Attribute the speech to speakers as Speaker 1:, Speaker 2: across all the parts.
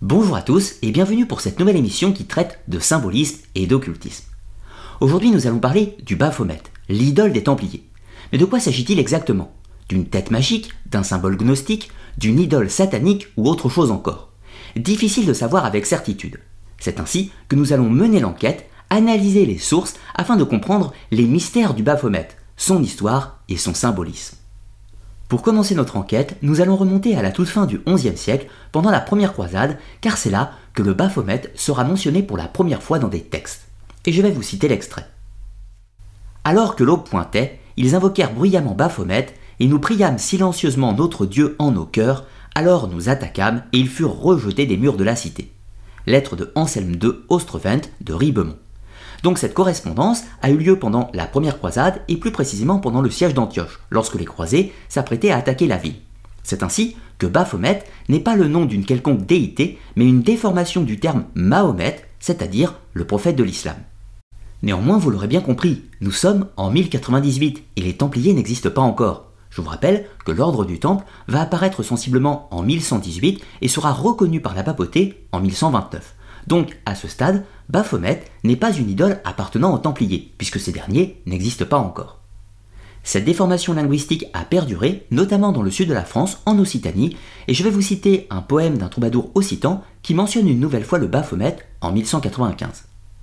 Speaker 1: Bonjour à tous et bienvenue pour cette nouvelle émission qui traite de symbolisme et d'occultisme. Aujourd'hui nous allons parler du Baphomet, l'idole des Templiers. Mais de quoi s'agit-il exactement? D'une tête magique, d'un symbole gnostique, d'une idole satanique ou autre chose encore? Difficile de savoir avec certitude. C'est ainsi que nous allons mener l'enquête, analyser les sources afin de comprendre les mystères du Baphomet, son histoire et son symbolisme. Pour commencer notre enquête, nous allons remonter à la toute fin du XIe siècle, pendant la première croisade, car c'est là que le Baphomet sera mentionné pour la première fois dans des textes. Et je vais vous citer l'extrait. Alors que l'aube pointait, ils invoquèrent bruyamment Baphomet, et nous priâmes silencieusement notre Dieu en nos cœurs, alors nous attaquâmes, et ils furent rejetés des murs de la cité. Lettre de Anselme II Ostrevent de Ribemont. Donc cette correspondance a eu lieu pendant la première croisade et plus précisément pendant le siège d'Antioche, lorsque les croisés s'apprêtaient à attaquer la ville. C'est ainsi que Baphomet n'est pas le nom d'une quelconque déité, mais une déformation du terme Mahomet, c'est-à-dire le prophète de l'islam. Néanmoins, vous l'aurez bien compris, nous sommes en 1098 et les Templiers n'existent pas encore. Je vous rappelle que l'ordre du Temple va apparaître sensiblement en 1118 et sera reconnu par la papauté en 1129. Donc, à ce stade, Baphomet n'est pas une idole appartenant aux Templiers, puisque ces derniers n'existent pas encore. Cette déformation linguistique a perduré, notamment dans le sud de la France, en Occitanie, et je vais vous citer un poème d'un troubadour occitan qui mentionne une nouvelle fois le Baphomet en 1195.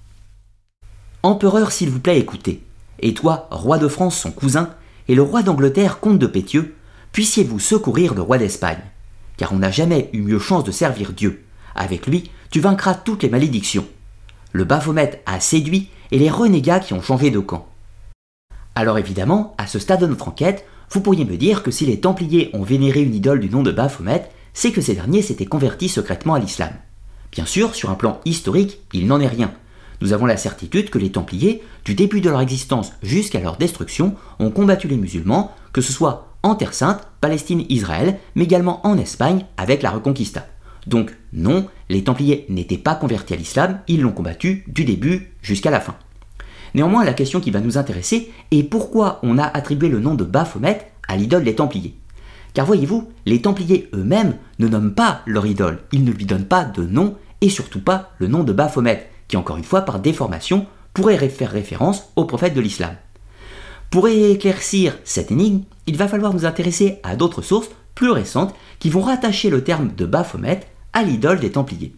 Speaker 1: Empereur, s'il vous plaît, écoutez, et toi, roi de France, son cousin, et le roi d'Angleterre, comte de Pétieux, puissiez-vous secourir le roi d'Espagne, car on n'a jamais eu mieux chance de servir Dieu. Avec lui, tu vaincras toutes les malédictions. Le Baphomet a séduit et les renégats qui ont changé de camp. Alors évidemment, à ce stade de notre enquête, vous pourriez me dire que si les Templiers ont vénéré une idole du nom de Baphomet, c'est que ces derniers s'étaient convertis secrètement à l'islam. Bien sûr, sur un plan historique, il n'en est rien. Nous avons la certitude que les Templiers, du début de leur existence jusqu'à leur destruction, ont combattu les musulmans, que ce soit en Terre Sainte, Palestine, Israël, mais également en Espagne avec la Reconquista. Donc non, les Templiers n'étaient pas convertis à l'islam, ils l'ont combattu du début jusqu'à la fin. Néanmoins, la question qui va nous intéresser est pourquoi on a attribué le nom de Baphomet à l'idole des Templiers. Car voyez-vous, les Templiers eux-mêmes ne nomment pas leur idole, ils ne lui donnent pas de nom et surtout pas le nom de Baphomet, qui encore une fois par déformation pourrait faire référence au prophète de l'islam. Pour éclaircir cette énigme, il va falloir nous intéresser à d'autres sources plus récentes qui vont rattacher le terme de Baphomet à l'idole des Templiers.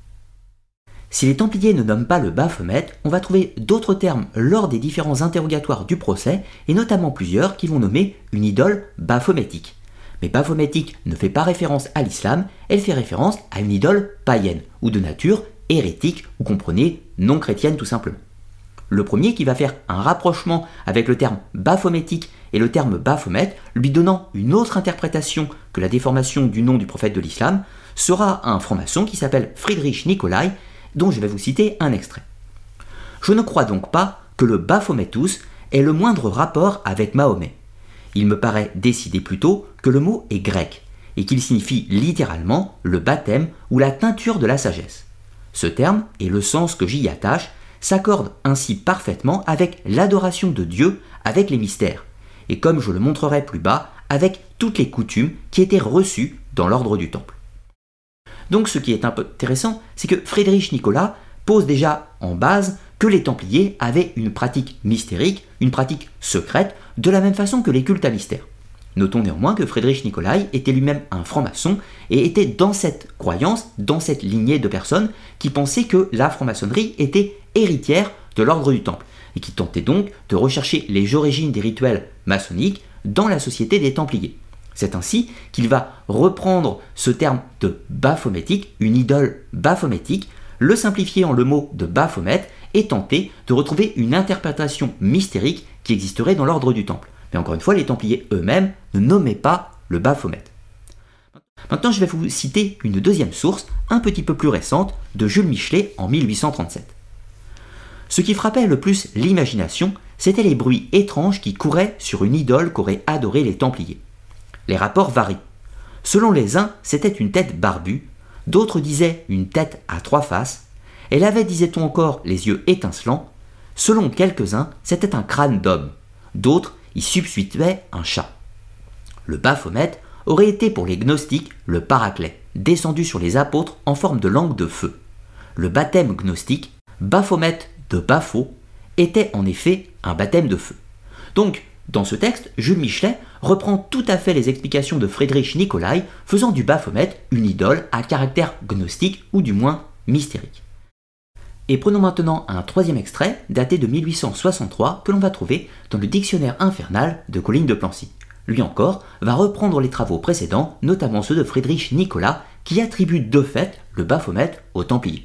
Speaker 1: Si les Templiers ne nomment pas le Baphomet, on va trouver d'autres termes lors des différents interrogatoires du procès, et notamment plusieurs qui vont nommer une idole baphométique. Mais baphométique ne fait pas référence à l'islam, elle fait référence à une idole païenne, ou de nature hérétique, ou comprenez, non chrétienne tout simplement. Le premier qui va faire un rapprochement avec le terme baphométique et le terme Baphomet, lui donnant une autre interprétation que la déformation du nom du prophète de l'islam, sera un franc-maçon qui s'appelle Friedrich Nicolai, dont je vais vous citer un extrait. Je ne crois donc pas que le Baphometus ait le moindre rapport avec Mahomet. Il me paraît décider plutôt que le mot est grec, et qu'il signifie littéralement le baptême ou la teinture de la sagesse. Ce terme, et le sens que j'y attache, s'accordent ainsi parfaitement avec l'adoration de Dieu avec les mystères, et comme je le montrerai plus bas, avec toutes les coutumes qui étaient reçues dans l'ordre du Temple. Donc ce qui est un peu intéressant, c'est que Friedrich Nicolas pose déjà en base que les Templiers avaient une pratique mystérique, une pratique secrète, de la même façon que les cultes à mystère. Notons néanmoins que Friedrich Nicolai était lui-même un franc-maçon et était dans cette croyance, dans cette lignée de personnes qui pensaient que la franc-maçonnerie était héritière de l'ordre du Temple et qui tentait donc de rechercher les origines des rituels maçonniques dans la société des Templiers. C'est ainsi qu'il va reprendre ce terme de baphométique, une idole baphométique, le simplifier en le mot de Baphomet et tenter de retrouver une interprétation mystérique qui existerait dans l'ordre du Temple. Mais encore une fois, les Templiers eux-mêmes ne nommaient pas le Baphomet. Maintenant, je vais vous citer une deuxième source, un petit peu plus récente, de Jules Michelet en 1837. Ce qui frappait le plus l'imagination, c'étaient les bruits étranges qui couraient sur une idole qu'auraient adoré les Templiers. Les rapports varient. Selon les uns, c'était une tête barbue, d'autres disaient une tête à 3 faces, elle avait, disait-on encore, les yeux étincelants, selon quelques-uns, c'était un crâne d'homme, d'autres y substituaient un chat. Le Baphomet aurait été pour les gnostiques le Paraclet, descendu sur les apôtres en forme de langue de feu. Le baptême gnostique, Baphomet de Bapho, était en effet un baptême de feu. Donc, dans ce texte, Jules Michelet reprend tout à fait les explications de Friedrich Nicolai, faisant du Baphomet une idole à caractère gnostique ou du moins mystérique. Et prenons maintenant un troisième extrait, daté de 1863, que l'on va trouver dans le Dictionnaire infernal de Colline de Plancy. Lui encore va reprendre les travaux précédents, notamment ceux de Friedrich Nicolas, qui attribue de fait le Baphomet aux Templiers.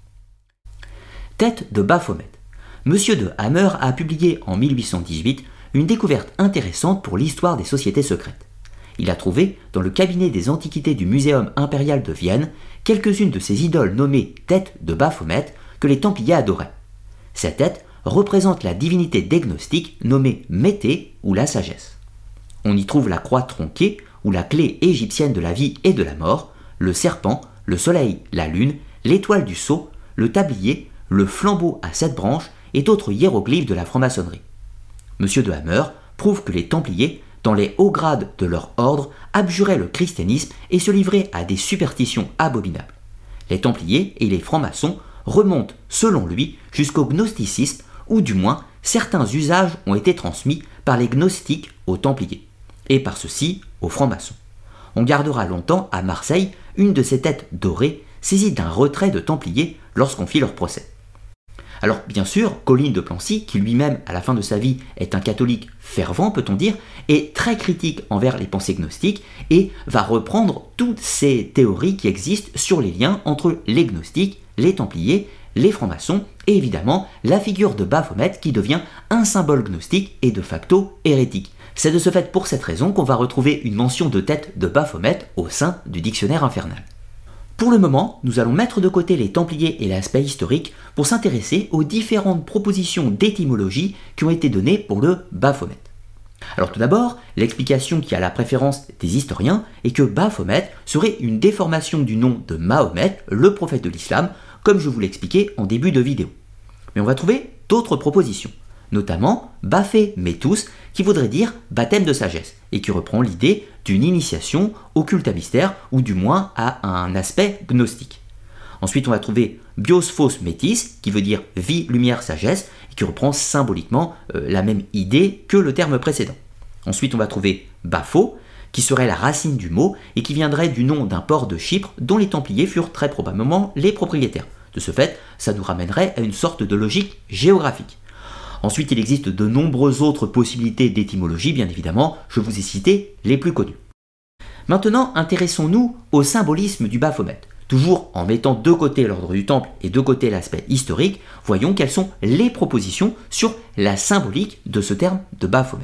Speaker 1: Tête de Baphomet. Monsieur de Hammer a publié en 1818 une découverte intéressante pour l'histoire des sociétés secrètes. Il a trouvé, dans le cabinet des antiquités du Muséum impérial de Vienne, quelques-unes de ces idoles nommées têtes de Baphomet que les Templiers adoraient. Ces têtes représentent la divinité des gnostiques nommée Mété ou la sagesse. On y trouve la croix tronquée ou la clé égyptienne de la vie et de la mort, le serpent, le soleil, la lune, l'étoile du sceau, le tablier, le flambeau à 7 branches et d'autres hiéroglyphes de la franc-maçonnerie. Monsieur de Hammer prouve que les Templiers, dans les hauts grades de leur ordre, abjuraient le christianisme et se livraient à des superstitions abominables. Les Templiers et les francs-maçons remontent, selon lui, jusqu'au gnosticisme, ou du moins certains usages ont été transmis par les gnostiques aux Templiers, et par ceux-ci aux francs-maçons. On gardera longtemps à Marseille une de ces têtes dorées saisies d'un retrait de Templiers lorsqu'on fit leur procès. Alors bien sûr, Colline de Plancy, qui lui-même à la fin de sa vie est un catholique fervent peut-on dire, est très critique envers les pensées gnostiques et va reprendre toutes ces théories qui existent sur les liens entre les gnostiques, les Templiers, les francs-maçons et évidemment la figure de Baphomet qui devient un symbole gnostique et de facto hérétique. C'est de ce fait pour cette raison qu'on va retrouver une mention de tête de Baphomet au sein du dictionnaire infernal. Pour le moment, nous allons mettre de côté les Templiers et l'aspect historique pour s'intéresser aux différentes propositions d'étymologie qui ont été données pour le Baphomet. Alors tout d'abord, l'explication qui a la préférence des historiens est que Baphomet serait une déformation du nom de Mahomet, le prophète de l'islam, comme je vous l'expliquais en début de vidéo. Mais on va trouver d'autres propositions, notamment Baphe Metus, qui voudrait dire baptême de sagesse, et qui reprend l'idée d'une initiation au culte à mystère, ou du moins à un aspect gnostique. Ensuite, on va trouver Bios Phos Métis, qui veut dire vie, lumière, sagesse, et qui reprend symboliquement la même idée que le terme précédent. Ensuite, on va trouver Bapho, qui serait la racine du mot, et qui viendrait du nom d'un port de Chypre, dont les Templiers furent très probablement les propriétaires. De ce fait, ça nous ramènerait à une sorte de logique géographique. Ensuite, il existe de nombreuses autres possibilités d'étymologie, bien évidemment, je vous ai cité les plus connues. Maintenant, intéressons-nous au symbolisme du Baphomet. Toujours en mettant de côté l'ordre du Temple et de côté l'aspect historique, voyons quelles sont les propositions sur la symbolique de ce terme de Baphomet.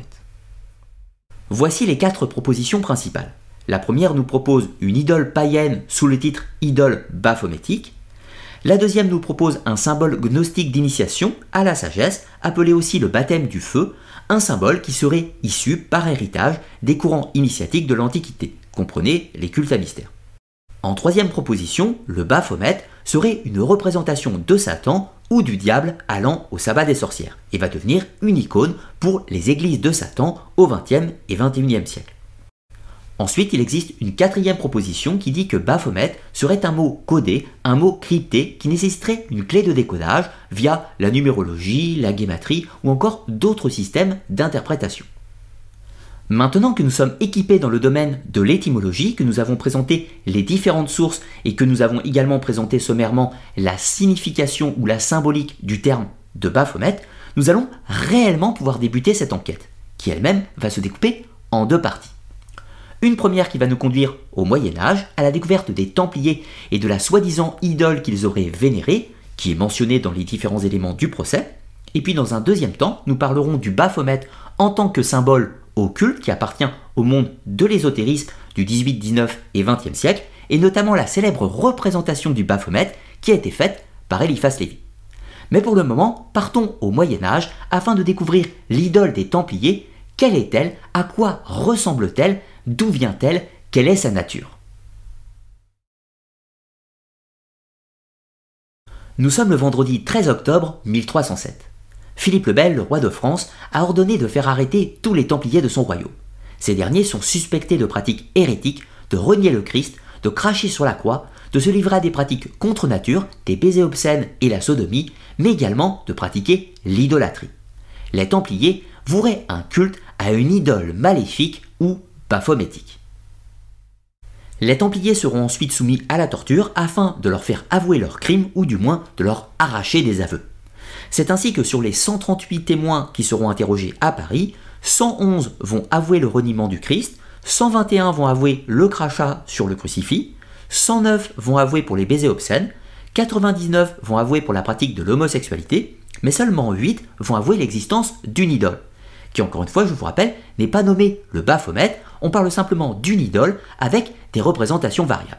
Speaker 1: Voici les 4 propositions principales. La première nous propose une idole païenne sous le titre idole baphométique. La deuxième nous propose un symbole gnostique d'initiation à la sagesse, appelé aussi le baptême du feu, un symbole qui serait issu par héritage des courants initiatiques de l'Antiquité, comprenez les cultes à mystère. En troisième proposition, le Baphomet serait une représentation de Satan ou du diable allant au sabbat des sorcières, et va devenir une icône pour les églises de Satan au XXe et XXIe siècle. Ensuite, il existe une 4e proposition qui dit que Baphomet serait un mot codé, un mot crypté qui nécessiterait une clé de décodage via la numérologie, la guématrie ou encore d'autres systèmes d'interprétation. Maintenant que nous sommes équipés dans le domaine de l'étymologie, que nous avons présenté les différentes sources et que nous avons également présenté sommairement la signification ou la symbolique du terme de Baphomet, nous allons réellement pouvoir débuter cette enquête, qui elle-même va se découper en 2 parties. Une première qui va nous conduire au Moyen-Âge, à la découverte des Templiers et de la soi-disant idole qu'ils auraient vénérée, qui est mentionnée dans les différents éléments du procès. Et puis dans un deuxième temps, nous parlerons du Baphomet en tant que symbole occulte qui appartient au monde de l'ésotérisme du 18, 19 et 20e siècle, et notamment la célèbre représentation du Baphomet qui a été faite par Eliphas Lévi. Mais pour le moment, partons au Moyen-Âge afin de découvrir l'idole des Templiers. Quelle est-elle? À quoi ressemble-t-elle? D'où vient-elle? Quelle est sa nature? Nous sommes le vendredi 13 octobre 1307. Philippe le Bel, le roi de France, a ordonné de faire arrêter tous les Templiers de son royaume. Ces derniers sont suspectés de pratiques hérétiques, de renier le Christ, de cracher sur la croix, de se livrer à des pratiques contre nature, des baisers obscènes et la sodomie, mais également de pratiquer l'idolâtrie. Les Templiers voueraient un culte à une idole maléfique ou baphométique. Les Templiers seront ensuite soumis à la torture afin de leur faire avouer leurs crimes ou du moins de leur arracher des aveux. C'est ainsi que sur les 138 témoins qui seront interrogés à Paris, 111 vont avouer le reniement du Christ, 121 vont avouer le crachat sur le crucifix, 109 vont avouer pour les baisers obscènes, 99 vont avouer pour la pratique de l'homosexualité, mais seulement 8 vont avouer l'existence d'une idole, qui encore une fois, je vous rappelle, n'est pas nommée le Baphomet, on parle simplement d'une idole avec des représentations variables.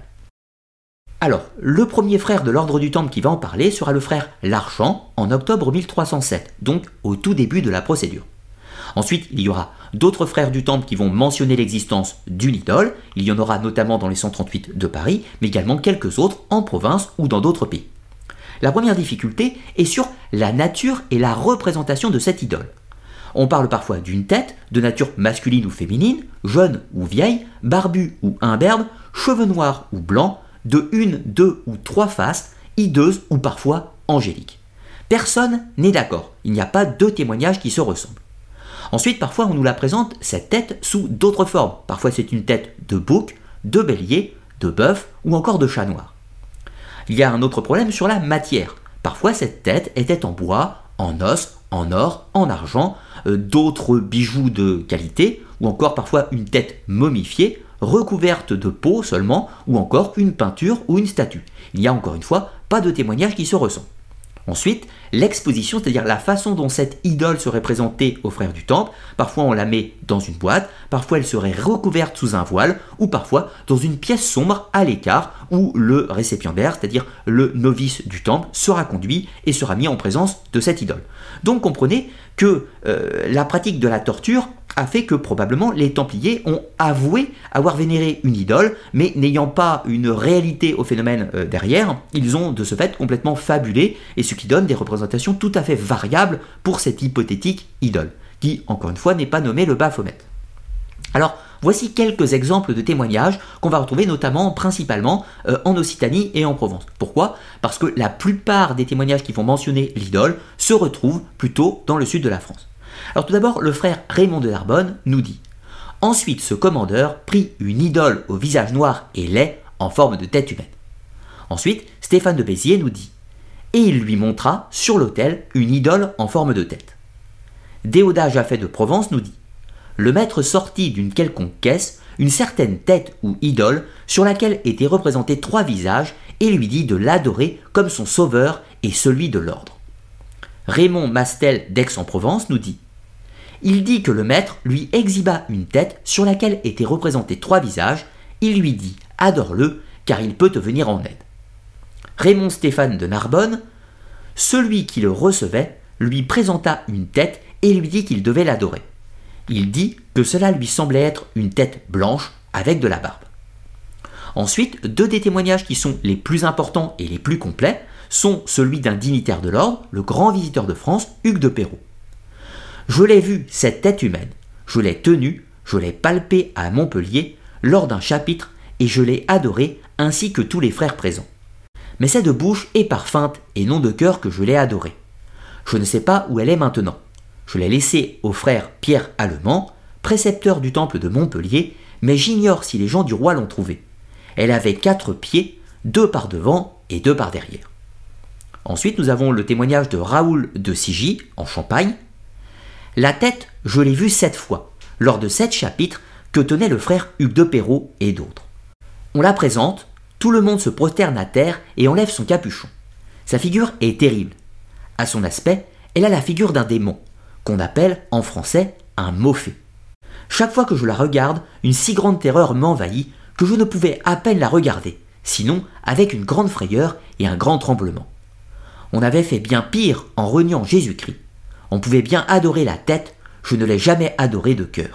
Speaker 1: Alors, le premier frère de l'ordre du Temple qui va en parler sera le frère Larchant en octobre 1307, donc au tout début de la procédure. Ensuite, il y aura d'autres frères du Temple qui vont mentionner l'existence d'une idole, il y en aura notamment dans les 138 de Paris, mais également quelques autres en province ou dans d'autres pays. La première difficulté est sur la nature et la représentation de cette idole. On parle parfois d'une tête, de nature masculine ou féminine, jeune ou vieille, barbue ou imberbe, cheveux noirs ou blancs, de 1, 2 ou 3 faces, hideuse ou parfois angélique. Personne n'est d'accord, il n'y a pas deux témoignages qui se ressemblent. Ensuite, parfois on nous la présente, cette tête, sous d'autres formes. Parfois c'est une tête de bouc, de bélier, de bœuf ou encore de chat noir. Il y a un autre problème sur la matière. Parfois cette tête était en bois, en os, en or, en argent, d'autres bijoux de qualité, ou encore parfois une tête momifiée, recouverte de peau seulement, ou encore une peinture ou une statue. Il n'y a encore une fois pas de témoignages qui se ressemblent. Ensuite, l'exposition, c'est-à-dire la façon dont cette idole serait présentée aux frères du Temple, parfois on la met dans une boîte, parfois elle serait recouverte sous un voile, ou parfois dans une pièce sombre à l'écart, où le récipiendaire, c'est-à-dire le novice du Temple, sera conduit et sera mis en présence de cette idole. Donc comprenez que la pratique de la torture a fait que probablement les Templiers ont avoué avoir vénéré une idole, mais n'ayant pas une réalité au phénomène derrière, ils ont de ce fait complètement fabulé, et ce qui donne des représentations tout à fait variables pour cette hypothétique idole, qui, encore une fois, n'est pas nommée le Baphomet. Alors, voici quelques exemples de témoignages qu'on va retrouver principalement en Occitanie et en Provence. Pourquoi ? Parce que la plupart des témoignages qui vont mentionner l'idole se retrouvent plutôt dans le sud de la France. Alors tout d'abord, le frère Raymond de Narbonne nous dit « Ensuite, ce commandeur prit une idole au visage noir et laid en forme de tête humaine. » Ensuite, Stéphane de Béziers nous dit « Et il lui montra sur l'autel une idole en forme de tête. » Déodat Jaffé de Provence nous dit « Le maître sortit d'une quelconque caisse une certaine tête ou idole sur laquelle étaient représentés 3 visages et lui dit de l'adorer comme son sauveur et celui de l'ordre. » Raymond Mastel d'Aix-en-Provence nous dit « Il dit que le maître lui exhiba une tête sur laquelle étaient représentés 3 visages, il lui dit « Adore-le, car il peut te venir en aide. » Raymond Stéphane de Narbonne, celui qui le recevait, lui présenta une tête et lui dit qu'il devait l'adorer. Il dit que cela lui semblait être une tête blanche avec de la barbe. Ensuite, 2 des témoignages qui sont les plus importants et les plus complets sont celui d'un dignitaire de l'ordre, le grand visiteur de France, Hugues de Peyraud. « Je l'ai vu, cette tête humaine, je l'ai tenue, je l'ai palpée à Montpellier lors d'un chapitre et je l'ai adorée ainsi que tous les frères présents. Mais c'est de bouche et par feinte et non de cœur que je l'ai adorée. Je ne sais pas où elle est maintenant. Je l'ai laissée au frère Pierre Allemand, précepteur du temple de Montpellier, mais j'ignore si les gens du roi l'ont trouvée. Elle avait 4 pieds, 2 par devant et 2 par derrière. » Ensuite, nous avons le témoignage de Raoul de Sigy, en Champagne. « La tête, je l'ai vue 7 fois, lors de 7 chapitres que tenait le frère Hugues de Peyraud et d'autres. On la présente, tout le monde se prosterne à terre et enlève son capuchon. Sa figure est terrible. À son aspect, elle a la figure d'un démon, qu'on appelle en français un moffet. Chaque fois que je la regarde, une si grande terreur m'envahit que je ne pouvais à peine la regarder, sinon avec une grande frayeur et un grand tremblement. On avait fait bien pire en reniant Jésus-Christ. On pouvait bien adorer la tête, je ne l'ai jamais adoré de cœur. »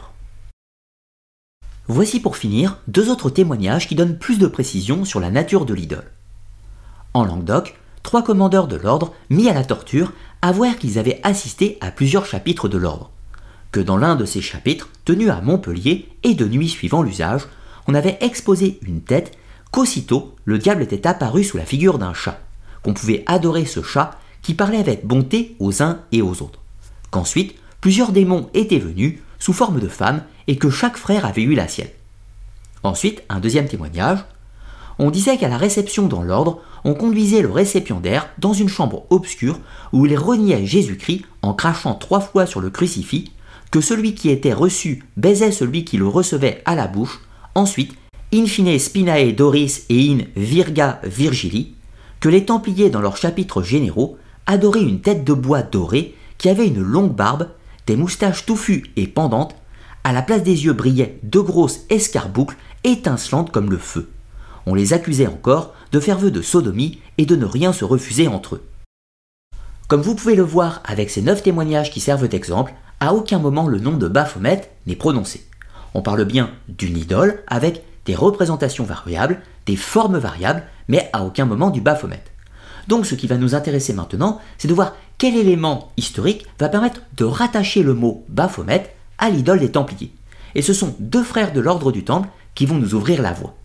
Speaker 1: Voici pour finir 2 autres témoignages qui donnent plus de précision sur la nature de l'idole. En Languedoc, 3 commandeurs de l'ordre mis à la torture avouèrent qu'ils avaient assisté à plusieurs chapitres de l'ordre, que dans l'un de ces chapitres, tenu à Montpellier et de nuit suivant l'usage, on avait exposé une tête qu'aussitôt le diable était apparu sous la figure d'un chat, qu'on pouvait adorer ce chat qui parlait avec bonté aux uns et aux autres, qu'ensuite plusieurs démons étaient venus sous forme de femmes et que chaque frère avait eu la sienne. Ensuite, un deuxième témoignage, on disait qu'à la réception dans l'ordre, on conduisait le récipiendaire dans une chambre obscure où il reniait Jésus-Christ en crachant 3 fois sur le crucifix, que celui qui était reçu baisait celui qui le recevait à la bouche, ensuite, in fine spinae doris et in virga virgili, que les Templiers dans leurs chapitres généraux adoraient une tête de bois dorée qui avait une longue barbe, des moustaches touffues et pendantes, à la place des yeux brillaient 2 grosses escarboucles étincelantes comme le feu. On les accusait encore de faire vœu de sodomie et de ne rien se refuser entre eux. Comme vous pouvez le voir avec ces 9 témoignages qui servent d'exemple, à aucun moment le nom de Baphomet n'est prononcé. On parle bien d'une idole avec des représentations variables, des formes variables, mais à aucun moment du Baphomet. Donc ce qui va nous intéresser maintenant, c'est de voir quel élément historique va permettre de rattacher le mot Baphomet à l'idole des Templiers. Et ce sont 2 frères de l'ordre du Temple qui vont nous ouvrir la voie.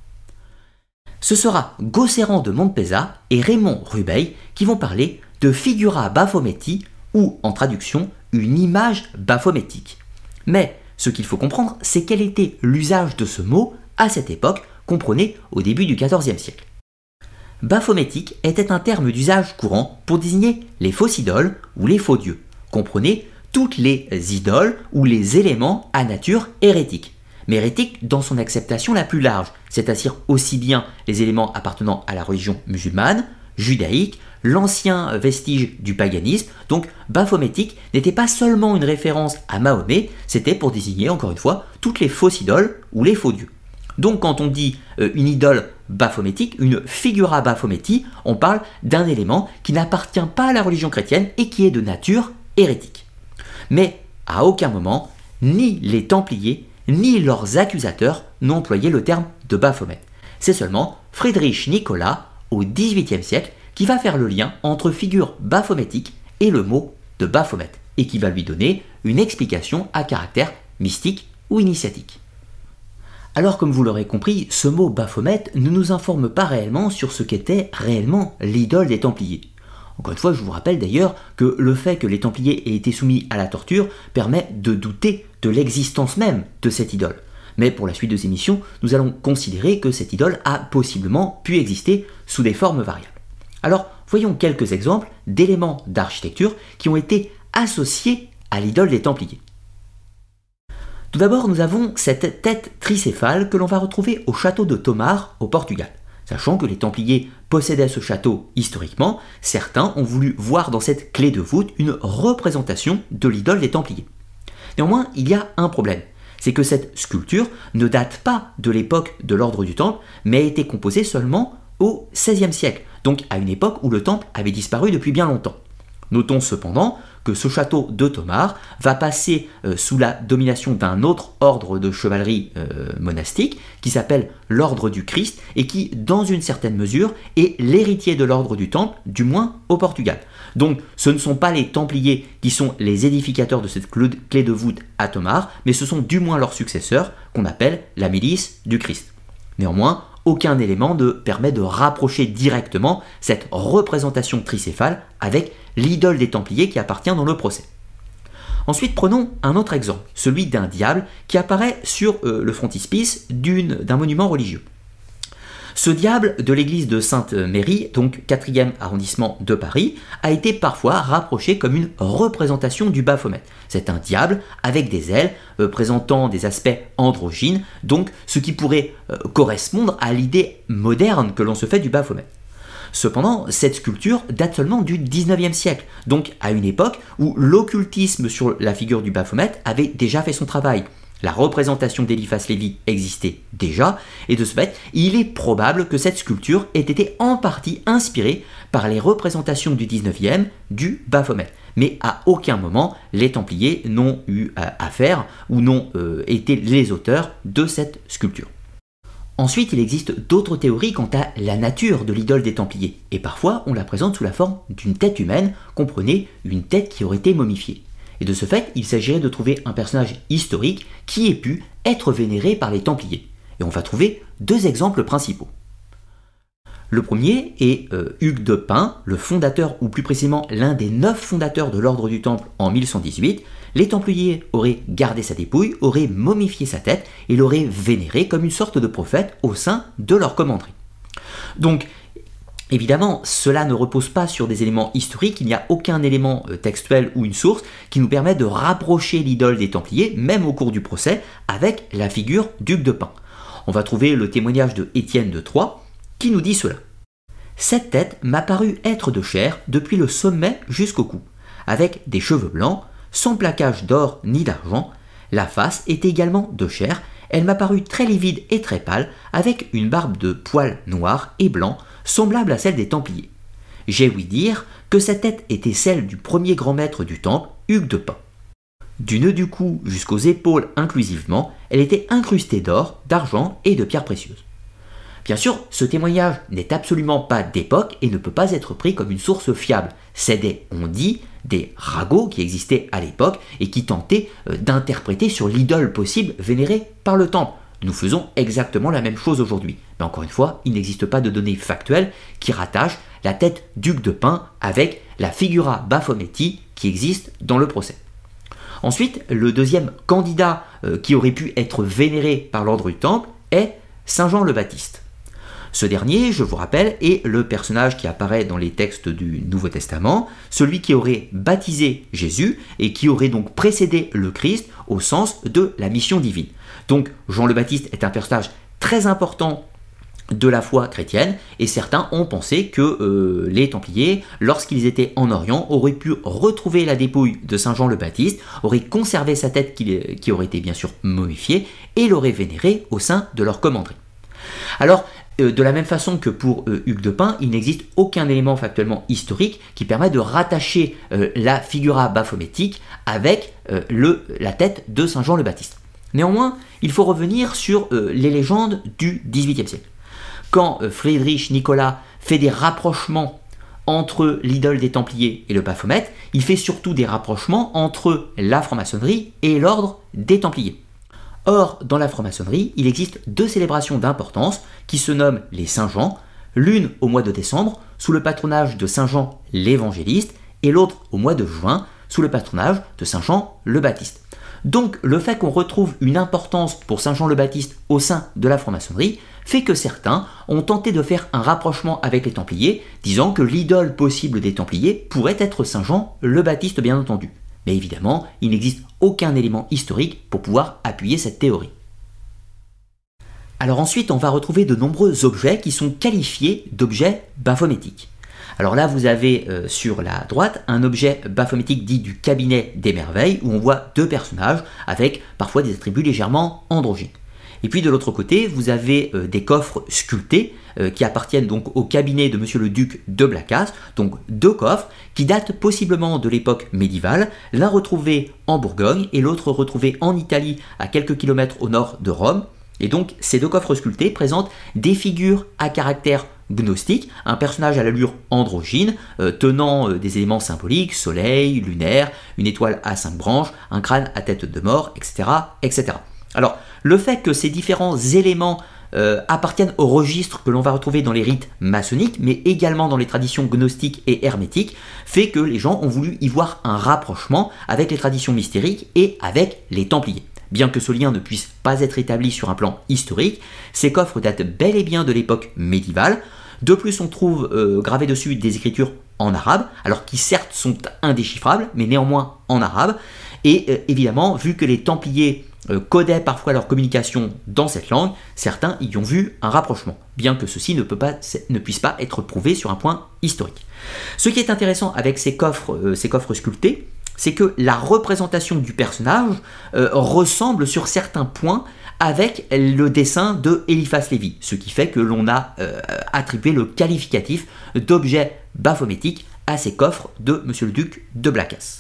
Speaker 1: Ce sera Gaucéran de Montpezat et Raymond Rubeil qui vont parler de figura Baphometi ou, en traduction, une image baphométique. Mais ce qu'il faut comprendre, c'est quel était l'usage de ce mot à cette époque, comprenez au début du XIVe siècle. Baphométique était un terme d'usage courant pour désigner les fausses idoles ou les faux dieux. Comprenez toutes les idoles ou les éléments à nature hérétique. Mais hérétique dans son acceptation la plus large, c'est-à-dire aussi bien les éléments appartenant à la religion musulmane, judaïque, l'ancien vestige du paganisme. Donc baphométique n'était pas seulement une référence à Mahomet, c'était pour désigner encore une fois toutes les fausses idoles ou les faux dieux. Donc quand on dit une idole baphométique, une figura baphometi, on parle d'un élément qui n'appartient pas à la religion chrétienne et qui est de nature hérétique. Mais à aucun moment, ni les Templiers, ni leurs accusateurs n'ont employé le terme de Baphomet. C'est seulement Friedrich Nicolas, au XVIIIe siècle, qui va faire le lien entre figure baphométique et le mot de Baphomet, et qui va lui donner une explication à caractère mystique ou initiatique. Alors comme vous l'aurez compris, ce mot Baphomet ne nous informe pas réellement sur ce qu'était réellement l'idole des Templiers. Encore une fois, je vous rappelle d'ailleurs que le fait que les Templiers aient été soumis à la torture permet de douter de l'existence même de cette idole. Mais pour la suite de ces émissions, nous allons considérer que cette idole a possiblement pu exister sous des formes variables. Alors, voyons quelques exemples d'éléments d'architecture qui ont été associés à l'idole des Templiers. Tout d'abord, nous avons cette tête tricéphale que l'on va retrouver au château de Tomar, au Portugal. Sachant que les Templiers possédaient ce château historiquement, certains ont voulu voir dans cette clé de voûte une représentation de l'idole des Templiers. Néanmoins, il y a un problème, c'est que cette sculpture ne date pas de l'époque de l'ordre du Temple, mais a été composée seulement au XVIe siècle, donc à une époque où le Temple avait disparu depuis bien longtemps. Notons cependant que ce château de Tomar va passer sous la domination d'un autre ordre de chevalerie monastique qui s'appelle l'ordre du Christ et qui, dans une certaine mesure, est l'héritier de l'ordre du Temple, du moins au Portugal. Donc ce ne sont pas les Templiers qui sont les édificateurs de cette clé de voûte à Tomar, mais ce sont du moins leurs successeurs qu'on appelle la milice du Christ. Néanmoins, aucun élément ne permet de rapprocher directement cette représentation tricéphale avec l'idole des Templiers qui appartient dans le procès. Ensuite, prenons un autre exemple, celui d'un diable qui apparaît sur le frontispice d'un monument religieux. Ce diable de l'église de Sainte-Mérie, donc 4e arrondissement de Paris, a été parfois rapproché comme une représentation du Baphomet. C'est un diable avec des ailes présentant des aspects androgynes, donc ce qui pourrait correspondre à l'idée moderne que l'on se fait du Baphomet. Cependant, cette sculpture date seulement du 19e siècle, donc à une époque où l'occultisme sur la figure du Baphomet avait déjà fait son travail. La représentation d'Eliphas Lévi existait déjà, et de ce fait, il est probable que cette sculpture ait été en partie inspirée par les représentations du 19e du Baphomet. Mais à aucun moment, les Templiers n'ont eu affaire ou n'ont été les auteurs de cette sculpture. Ensuite, il existe d'autres théories quant à la nature de l'idole des Templiers, et parfois on la présente sous la forme d'une tête humaine, comprenez une tête qui aurait été momifiée. Et de ce fait, il s'agirait de trouver un personnage historique qui ait pu être vénéré par les Templiers. Et on va trouver 2 exemples principaux. Le premier est Hugues de Pint, le fondateur, ou plus précisément l'un des 9 fondateurs de l'ordre du Temple en 1118. Les Templiers auraient gardé sa dépouille, auraient momifié sa tête et l'auraient vénéré comme une sorte de prophète au sein de leur commanderie. Donc, évidemment, cela ne repose pas sur des éléments historiques, il n'y a aucun élément textuel ou une source qui nous permet de rapprocher l'idole des Templiers, même au cours du procès, avec la figure d'Hugues de Pint. On va trouver le témoignage de Étienne de Troyes, qui nous dit cela. « Cette tête m'a paru être de chair depuis le sommet jusqu'au cou, avec des cheveux blancs, sans plaquage d'or ni d'argent. La face était également de chair, elle m'a paru très livide et très pâle, avec une barbe de poils noirs et blancs, semblable à celle des Templiers. J'ai ouï dire que cette tête était celle du premier grand maître du temple, Hugues de Pint. Du nœud du cou jusqu'aux épaules inclusivement, elle était incrustée d'or, d'argent et de pierres précieuses. » Bien sûr, ce témoignage n'est absolument pas d'époque et ne peut pas être pris comme une source fiable. C'est des ragots qui existaient à l'époque et qui tentaient d'interpréter sur l'idole possible vénérée par le temple. Nous faisons exactement la même chose aujourd'hui. Mais encore une fois, il n'existe pas de données factuelles qui rattachent la tête d'Hugues de Pint avec la figura Baphométie qui existe dans le procès. Ensuite, le deuxième candidat qui aurait pu être vénéré par l'ordre du Temple est Saint Jean le Baptiste. Ce dernier, je vous rappelle, est le personnage qui apparaît dans les textes du Nouveau Testament, celui qui aurait baptisé Jésus et qui aurait donc précédé le Christ au sens de la mission divine. Donc Jean le Baptiste est un personnage très important de la foi chrétienne et certains ont pensé que les Templiers, lorsqu'ils étaient en Orient, auraient pu retrouver la dépouille de Saint Jean le Baptiste, auraient conservé sa tête qui aurait été bien sûr momifiée et l'auraient vénérée au sein de leur commanderie. Alors, de la même façon que pour Hugues de Pint, il n'existe aucun élément factuellement historique qui permet de rattacher la figura baphométique avec la tête de Saint Jean le Baptiste. Néanmoins, il faut revenir sur les légendes du XVIIIe siècle. Quand Friedrich Nicolas fait des rapprochements entre l'idole des Templiers et le Baphomet, il fait surtout des rapprochements entre la franc-maçonnerie et l'ordre des Templiers. Or, dans la franc-maçonnerie, il existe 2 célébrations d'importance qui se nomment les Saint-Jean, l'une au mois de décembre sous le patronage de Saint Jean l'Évangéliste et l'autre au mois de juin sous le patronage de Saint Jean le Baptiste. Donc le fait qu'on retrouve une importance pour Saint Jean le Baptiste au sein de la franc-maçonnerie fait que certains ont tenté de faire un rapprochement avec les Templiers, disant que l'idole possible des Templiers pourrait être Saint Jean le Baptiste bien entendu. Mais évidemment, il n'existe aucun élément historique pour pouvoir appuyer cette théorie. Alors ensuite, on va retrouver de nombreux objets qui sont qualifiés d'objets baphométiques. Alors là, vous avez sur la droite un objet baphométique dit du cabinet des merveilles, où on voit 2 personnages avec parfois des attributs légèrement androgynes. Et puis de l'autre côté, vous avez des coffres sculptés qui appartiennent donc au cabinet de Monsieur le Duc de Blacas, donc 2 coffres qui datent possiblement de l'époque médiévale, l'un retrouvé en Bourgogne et l'autre retrouvé en Italie à quelques kilomètres au nord de Rome. Et donc ces 2 coffres sculptés présentent des figures à caractère gnostique, un personnage à l'allure androgyne, tenant des éléments symboliques, soleil, lunaire, une étoile à 5 branches, un crâne à tête de mort, etc. etc. Alors, le fait que ces différents éléments appartiennent au registre que l'on va retrouver dans les rites maçonniques, mais également dans les traditions gnostiques et hermétiques, fait que les gens ont voulu y voir un rapprochement avec les traditions mystériques et avec les Templiers. Bien que ce lien ne puisse pas être établi sur un plan historique, ces coffres datent bel et bien de l'époque médiévale. De plus, on trouve gravés dessus des écritures en arabe, alors qui certes sont indéchiffrables, mais néanmoins en arabe. Et évidemment, vu que les Templiers codaient parfois leur communication dans cette langue, certains y ont vu un rapprochement, bien que ceci ne puisse pas être prouvé sur un point historique. Ce qui est intéressant avec ces coffres sculptés, c'est que la représentation du personnage ressemble sur certains points avec le dessin de Eliphas Lévi, ce qui fait que l'on a attribué le qualificatif d'objet baphométique à ces coffres de Monsieur le Duc de Blacas.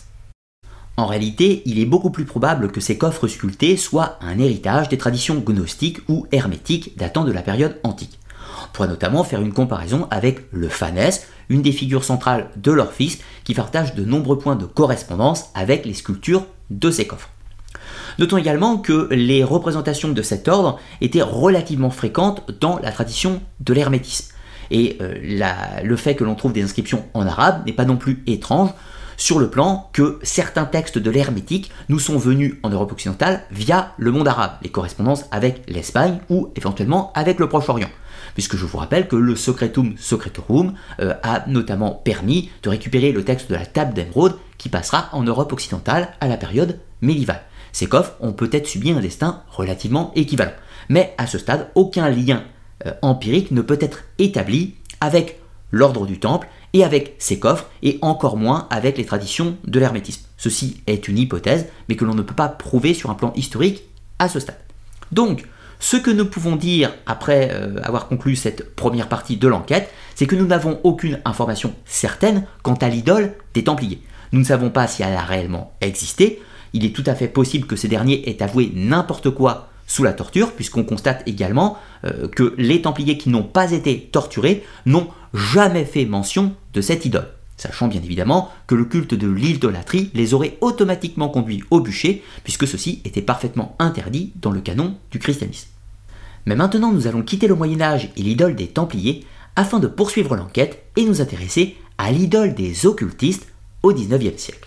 Speaker 1: En réalité, il est beaucoup plus probable que ces coffres sculptés soient un héritage des traditions gnostiques ou hermétiques datant de la période antique. On pourrait notamment faire une comparaison avec le Phanès, une des figures centrales de l'Orphisme, qui partage de nombreux points de correspondance avec les sculptures de ces coffres. Notons également que les représentations de cet ordre étaient relativement fréquentes dans la tradition de l'hermétisme. Et le fait que l'on trouve des inscriptions en arabe n'est pas non plus étrange, sur le plan que certains textes de l'hermétique nous sont venus en Europe occidentale via le monde arabe, les correspondances avec l'Espagne ou éventuellement avec le Proche-Orient. Puisque je vous rappelle que le Secretum Secretorum a notamment permis de récupérer le texte de la Table d'Émeraude qui passera en Europe occidentale à la période médiévale. Ces coffres ont peut-être subi un destin relativement équivalent. Mais à ce stade, aucun lien empirique ne peut être établi avec l'ordre du Temple et avec ces coffres, et encore moins avec les traditions de l'hermétisme. Ceci est une hypothèse, mais que l'on ne peut pas prouver sur un plan historique à ce stade. Donc, ce que nous pouvons dire après avoir conclu cette première partie de l'enquête, c'est que nous n'avons aucune information certaine quant à l'idole des Templiers. Nous ne savons pas si elle a réellement existé. Il est tout à fait possible que ces derniers aient avoué n'importe quoi sous la torture, puisqu'on constate également que les Templiers qui n'ont pas été torturés n'ont jamais fait mention de cette idole, sachant bien évidemment que le culte de l'idolâtrie les aurait automatiquement conduits au bûcher, puisque ceci était parfaitement interdit dans le canon du christianisme. Mais maintenant nous allons quitter le Moyen-Âge et l'idole des Templiers afin de poursuivre l'enquête et nous intéresser à l'idole des occultistes au XIXe siècle.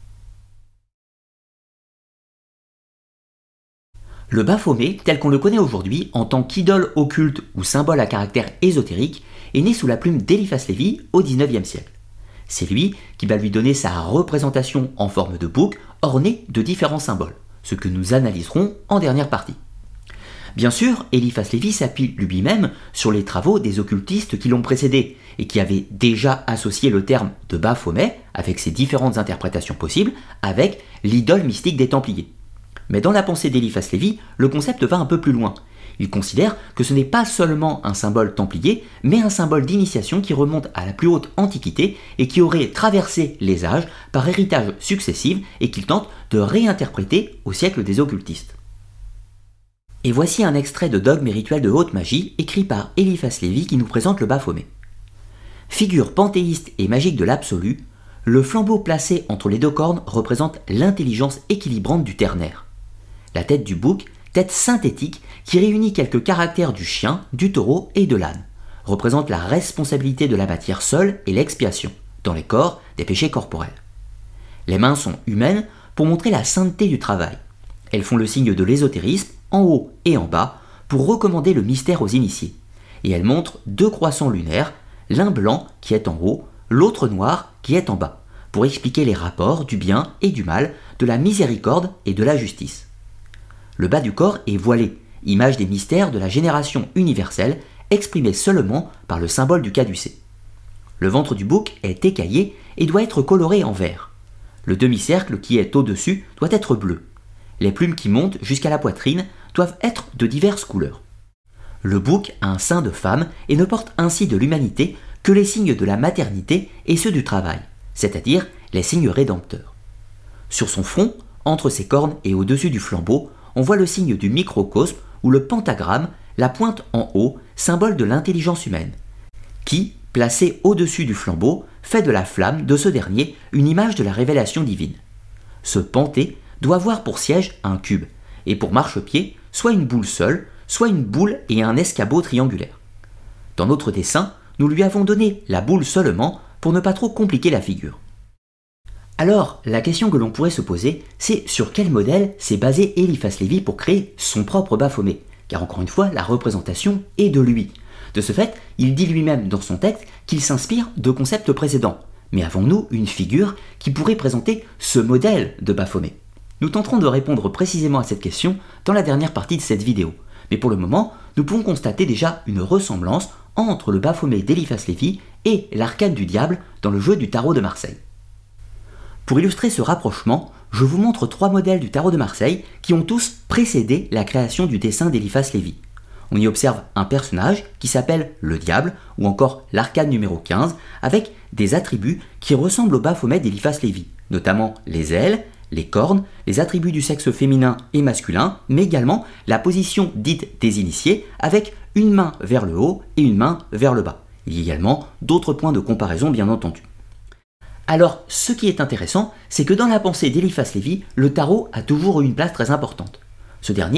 Speaker 1: Le Baphomet, tel qu'on le connaît aujourd'hui en tant qu'idole occulte ou symbole à caractère ésotérique, est né sous la plume d'Eliphas Lévi au XIXe siècle. C'est lui qui va lui donner sa représentation en forme de bouc ornée de différents symboles, ce que nous analyserons en dernière partie. Bien sûr, Eliphas Lévi s'appuie lui-même sur les travaux des occultistes qui l'ont précédé et qui avaient déjà associé le terme de Baphomet, avec ses différentes interprétations possibles, avec l'idole mystique des Templiers. Mais dans la pensée d'Eliphas Lévi, le concept va un peu plus loin. Il considère que ce n'est pas seulement un symbole templier, mais un symbole d'initiation qui remonte à la plus haute antiquité et qui aurait traversé les âges par héritage successif et qu'il tente de réinterpréter au siècle des occultistes. Et voici un extrait de Dogmes et rituels de haute magie écrit par Eliphas Lévi qui nous présente le Baphomet. Figure panthéiste et magique de l'absolu, le flambeau placé entre les deux cornes représente l'intelligence équilibrante du ternaire. La tête du bouc, tête synthétique qui réunit quelques caractères du chien, du taureau et de l'âne, représente la responsabilité de la matière seule et l'expiation, dans les corps, des péchés corporels. Les mains sont humaines pour montrer la sainteté du travail. Elles font le signe de l'ésotérisme, en haut et en bas, pour recommander le mystère aux initiés. Et elles montrent deux croissants lunaires, l'un blanc qui est en haut, l'autre noir qui est en bas, pour expliquer les rapports du bien et du mal, de la miséricorde et de la justice. Le bas du corps est voilé, image des mystères de la génération universelle, exprimée seulement par le symbole du caducée. Le ventre du bouc est écaillé et doit être coloré en vert. Le demi-cercle qui est au-dessus doit être bleu. Les plumes qui montent jusqu'à la poitrine doivent être de diverses couleurs. Le bouc a un sein de femme et ne porte ainsi de l'humanité que les signes de la maternité et ceux du travail, c'est-à-dire les signes rédempteurs. Sur son front, entre ses cornes et au-dessus du flambeau, on voit le signe du microcosme ou le pentagramme, la pointe en haut, symbole de l'intelligence humaine, qui, placé au-dessus du flambeau, fait de la flamme de ce dernier une image de la révélation divine. Ce panté doit avoir pour siège un cube, et pour marchepied, soit une boule seule, soit une boule et un escabeau triangulaire. Dans notre dessin, nous lui avons donné la boule seulement pour ne pas trop compliquer la figure. Alors, la question que l'on pourrait se poser, c'est sur quel modèle s'est basé Eliphas Lévi pour créer son propre Baphomet, car encore une fois, la représentation est de lui. De ce fait, il dit lui-même dans son texte qu'il s'inspire de concepts précédents. Mais avons-nous une figure qui pourrait présenter ce modèle de Baphomet ? Nous tenterons de répondre précisément à cette question dans la dernière partie de cette vidéo. Mais pour le moment, nous pouvons constater déjà une ressemblance entre le Baphomet d'Eliphas Lévi et l'arcane du diable dans le jeu du tarot de Marseille. Pour illustrer ce rapprochement, je vous montre 3 modèles du tarot de Marseille qui ont tous précédé la création du dessin d'Eliphas Lévi. On y observe un personnage qui s'appelle le diable ou encore l'arcane numéro 15 avec des attributs qui ressemblent au Baphomet d'Eliphas Lévi, notamment les ailes, les cornes, les attributs du sexe féminin et masculin, mais également la position dite des initiés avec une main vers le haut et une main vers le bas. Il y a également d'autres points de comparaison bien entendu. Alors, ce qui est intéressant, c'est que dans la pensée d'Eliphas Lévi, le tarot a toujours eu une place très importante. Ce dernier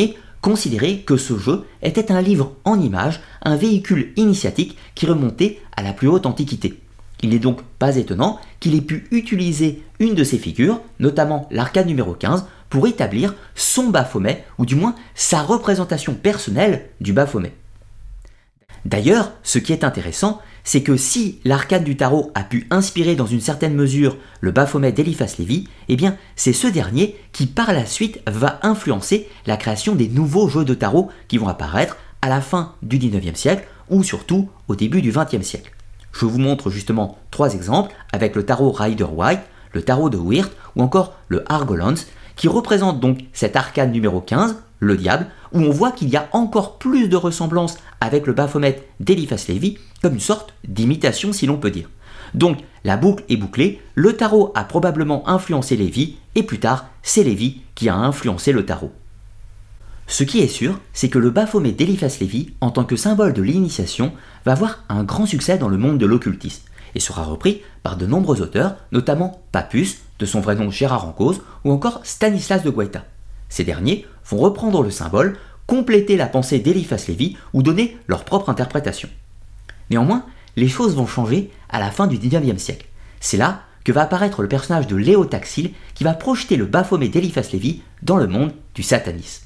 Speaker 1: considérait que ce jeu était un livre en images, un véhicule initiatique qui remontait à la plus haute antiquité. Il n'est donc pas étonnant qu'il ait pu utiliser une de ces figures, notamment l'arcade numéro 15, pour établir son Baphomet, ou du moins sa représentation personnelle du Baphomet. D'ailleurs, ce qui est intéressant, c'est que si l'arcade du tarot a pu inspirer dans une certaine mesure le Baphomet d'Eliphas Lévy, eh bien c'est ce dernier qui par la suite va influencer la création des nouveaux jeux de tarot qui vont apparaître à la fin du 19e siècle ou surtout au début du 20e siècle. Je vous montre justement 3 exemples avec le tarot Rider-Waite, le tarot de Wirth ou encore le Argolans qui représentent donc cet arcade numéro 15, le diable, où on voit qu'il y a encore plus de ressemblance avec le Baphomet d'Eliphas Lévy, comme une sorte d'imitation si l'on peut dire. Donc la boucle est bouclée, le tarot a probablement influencé Lévy, et plus tard c'est Lévy qui a influencé le tarot. Ce qui est sûr, c'est que le Baphomet d'Eliphas Lévy, en tant que symbole de l'initiation, va avoir un grand succès dans le monde de l'occultisme, et sera repris par de nombreux auteurs, notamment Papus, de son vrai nom Gérard Encausse, ou encore Stanislas de Guaita. Ces derniers vont reprendre le symbole, compléter la pensée d'Eliphas Lévy ou donner leur propre interprétation. Néanmoins, les choses vont changer à la fin du 19e siècle. C'est là que va apparaître le personnage de Léo Taxil qui va projeter le Baphomet d'Eliphas Lévy dans le monde du satanisme.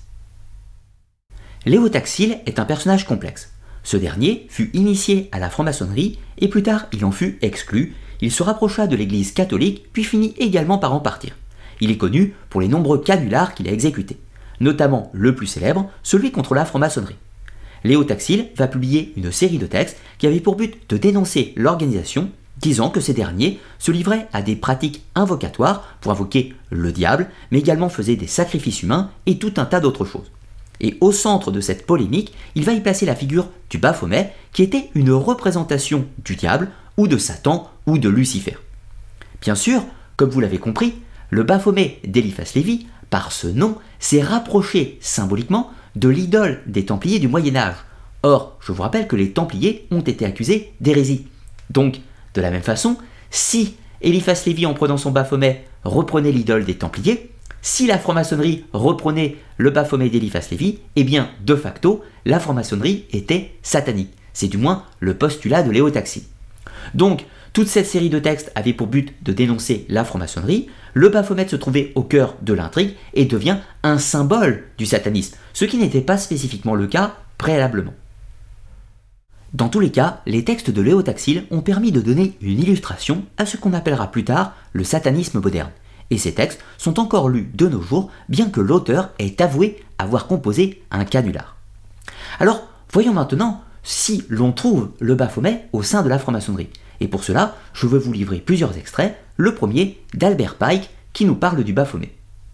Speaker 1: Léo Taxil est un personnage complexe. Ce dernier fut initié à la franc-maçonnerie et plus tard il en fut exclu. Il se rapprocha de l'église catholique puis finit également par en partir. Il est connu pour les nombreux canulars qu'il a exécutés, notamment le plus célèbre, celui contre la franc-maçonnerie. Léo Taxil va publier une série de textes qui avaient pour but de dénoncer l'organisation, disant que ces derniers se livraient à des pratiques invocatoires pour invoquer le diable, mais également faisaient des sacrifices humains et tout un tas d'autres choses. Et au centre de cette polémique, il va y placer la figure du Baphomet, qui était une représentation du diable, ou de Satan, ou de Lucifer. Bien sûr, comme vous l'avez compris, le Baphomet d'Eliphas Lévy, par ce nom, s'est rapproché symboliquement de l'idole des Templiers du Moyen-Âge. Or, je vous rappelle que les Templiers ont été accusés d'hérésie. Donc, de la même façon, si Eliphas Lévy, en prenant son Baphomet, reprenait l'idole des Templiers, si la franc-maçonnerie reprenait le Baphomet d'Eliphas Lévy, eh bien, de facto, la franc-maçonnerie était satanique. C'est du moins le postulat de Léo Taxil. Donc, toute cette série de textes avait pour but de dénoncer la franc-maçonnerie. Le Baphomet se trouvait au cœur de l'intrigue et devient un symbole du satanisme, ce qui n'était pas spécifiquement le cas préalablement. Dans tous les cas, les textes de Léo Taxil ont permis de donner une illustration à ce qu'on appellera plus tard le satanisme moderne. Et ces textes sont encore lus de nos jours, bien que l'auteur ait avoué avoir composé un canular. Alors, voyons maintenant si l'on trouve le Baphomet au sein de la franc-maçonnerie. Et pour cela, je veux vous livrer plusieurs extraits, le premier d'Albert Pike qui nous parle du Baphomet.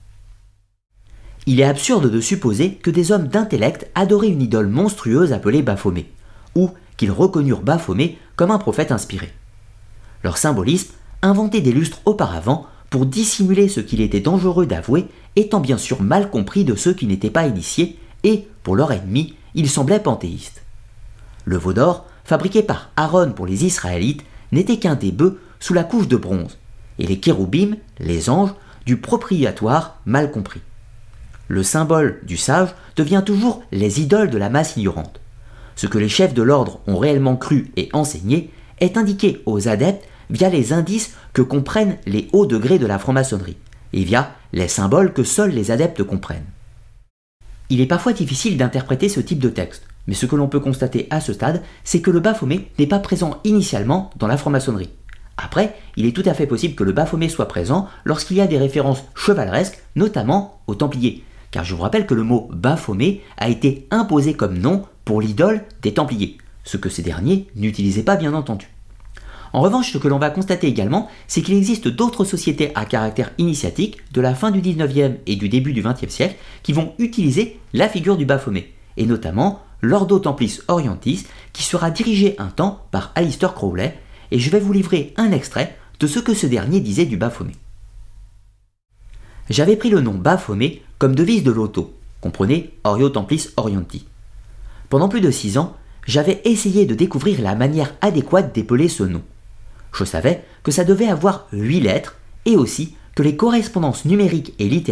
Speaker 1: Il est absurde de supposer que des hommes d'intellect adoraient une idole monstrueuse appelée Baphomet, ou qu'ils reconnurent Baphomet comme un prophète inspiré. Leur symbolisme, inventé des lustres auparavant pour dissimuler ce qu'il était dangereux d'avouer, étant bien sûr mal compris de ceux qui n'étaient pas initiés, et, pour leurs ennemis, ils semblaient panthéistes. Le veau d'or, fabriqué par Aaron pour les Israélites, n'était qu'un des bœufs sous la couche de bronze, et les kéroubim, les anges, du propriatoire mal compris. Le symbole du sage devient toujours les idoles de la masse ignorante. Ce que les chefs de l'ordre ont réellement cru et enseigné est indiqué aux adeptes via les indices que comprennent les hauts degrés de la franc-maçonnerie, et via les symboles que seuls les adeptes comprennent. Il est parfois difficile d'interpréter ce type de texte, mais ce que l'on peut constater à ce stade, c'est que le Baphomet n'est pas présent initialement dans la franc-maçonnerie. Après, il est tout à fait possible que le Baphomet soit présent lorsqu'il y a des références chevaleresques, notamment aux Templiers, car je vous rappelle que le mot Baphomet a été imposé comme nom pour l'idole des Templiers, ce que ces derniers n'utilisaient pas bien entendu. En revanche, ce que l'on va constater également, c'est qu'il existe d'autres sociétés à caractère initiatique de la fin du 19e et du début du 20e siècle qui vont utiliser la figure du Baphomet, et notamment l'Ordo Templis Orientis qui sera dirigé un temps par Aleister Crowley, et je vais vous livrer un extrait de ce que ce dernier disait du Baphomet. J'avais pris le nom Baphomet comme devise de l'auto, comprenez Ordo Templis Orientis. Pendant plus de 6 ans, j'avais essayé de découvrir la manière adéquate d'épeler ce nom. Je savais que ça devait avoir 8 lettres et aussi que les correspondances numériques et littéraires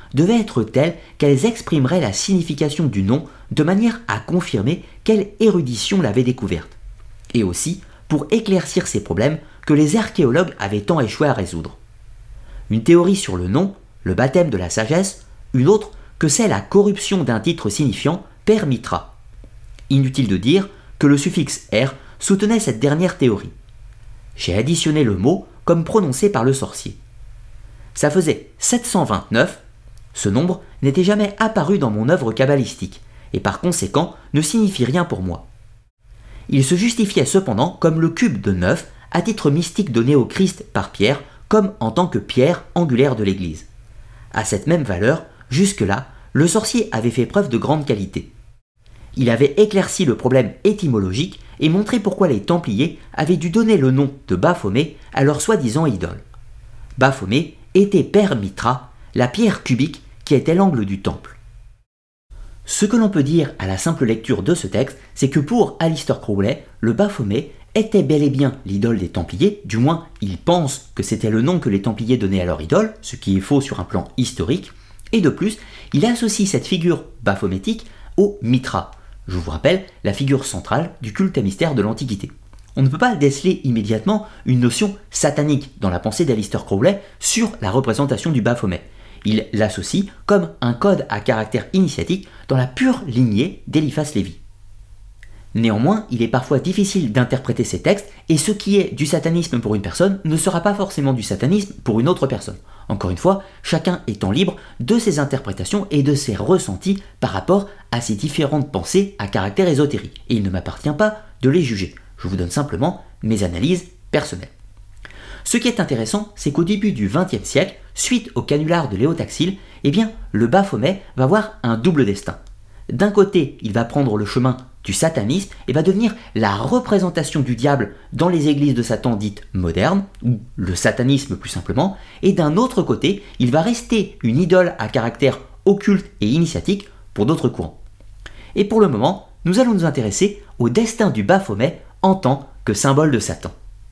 Speaker 1: devaient être telles qu'elles exprimeraient la signification du nom de manière à confirmer quelle érudition l'avait découverte. Et aussi pour éclaircir ces problèmes que les archéologues avaient tant échoué à résoudre. Une théorie sur le nom, le baptême de la sagesse, une autre que c'est la corruption d'un titre signifiant Père Mitra. Inutile de dire que le suffixe R soutenait cette dernière théorie. J'ai additionné le mot comme prononcé par le sorcier. Ça faisait 729, ce nombre n'était jamais apparu dans mon œuvre kabbalistique, et par conséquent ne signifie rien pour moi. Il se justifiait cependant comme le cube de 9 à titre mystique donné au Christ par Pierre, comme en tant que pierre angulaire de l'Église. À cette même valeur, jusque-là, le sorcier avait fait preuve de grande qualité. Il avait éclairci le problème étymologique et montré pourquoi les Templiers avaient dû donner le nom de Baphomet à leur soi-disant idole. Baphomet était Père Mitra, la pierre cubique qui était l'angle du temple. Ce que l'on peut dire à la simple lecture de ce texte, c'est que pour Aleister Crowley, le Baphomet était bel et bien l'idole des Templiers, du moins il pense que c'était le nom que les Templiers donnaient à leur idole, ce qui est faux sur un plan historique, et de plus, il associe cette figure baphométique au Mitra. Je vous rappelle la figure centrale du culte à mystère de l'Antiquité. On ne peut pas déceler immédiatement une notion satanique dans la pensée d'Aleister Crowley sur la représentation du Baphomet. Il l'associe comme un code à caractère initiatique dans la pure lignée d'Eliphas Lévi. Néanmoins, il est parfois difficile d'interpréter ces textes, et ce qui est du satanisme pour une personne ne sera pas forcément du satanisme pour une autre personne. Encore une fois, chacun étant libre de ses interprétations et de ses ressentis par rapport à ces différentes pensées à caractère ésotérique, et il ne m'appartient pas de les juger. Je vous donne simplement mes analyses personnelles. Ce qui est intéressant, c'est qu'au début du XXe siècle, suite au canular de Léo Taxil, le Baphomet va avoir un double destin. D'un côté, il va prendre le chemin du satanisme et va devenir la représentation du diable dans les églises de Satan dites modernes, ou le satanisme plus simplement, et d'un autre côté, il va rester une idole à caractère occulte et initiatique pour d'autres courants. Et pour le moment, nous allons nous intéresser au destin du Baphomet en tant que symbole de Satan.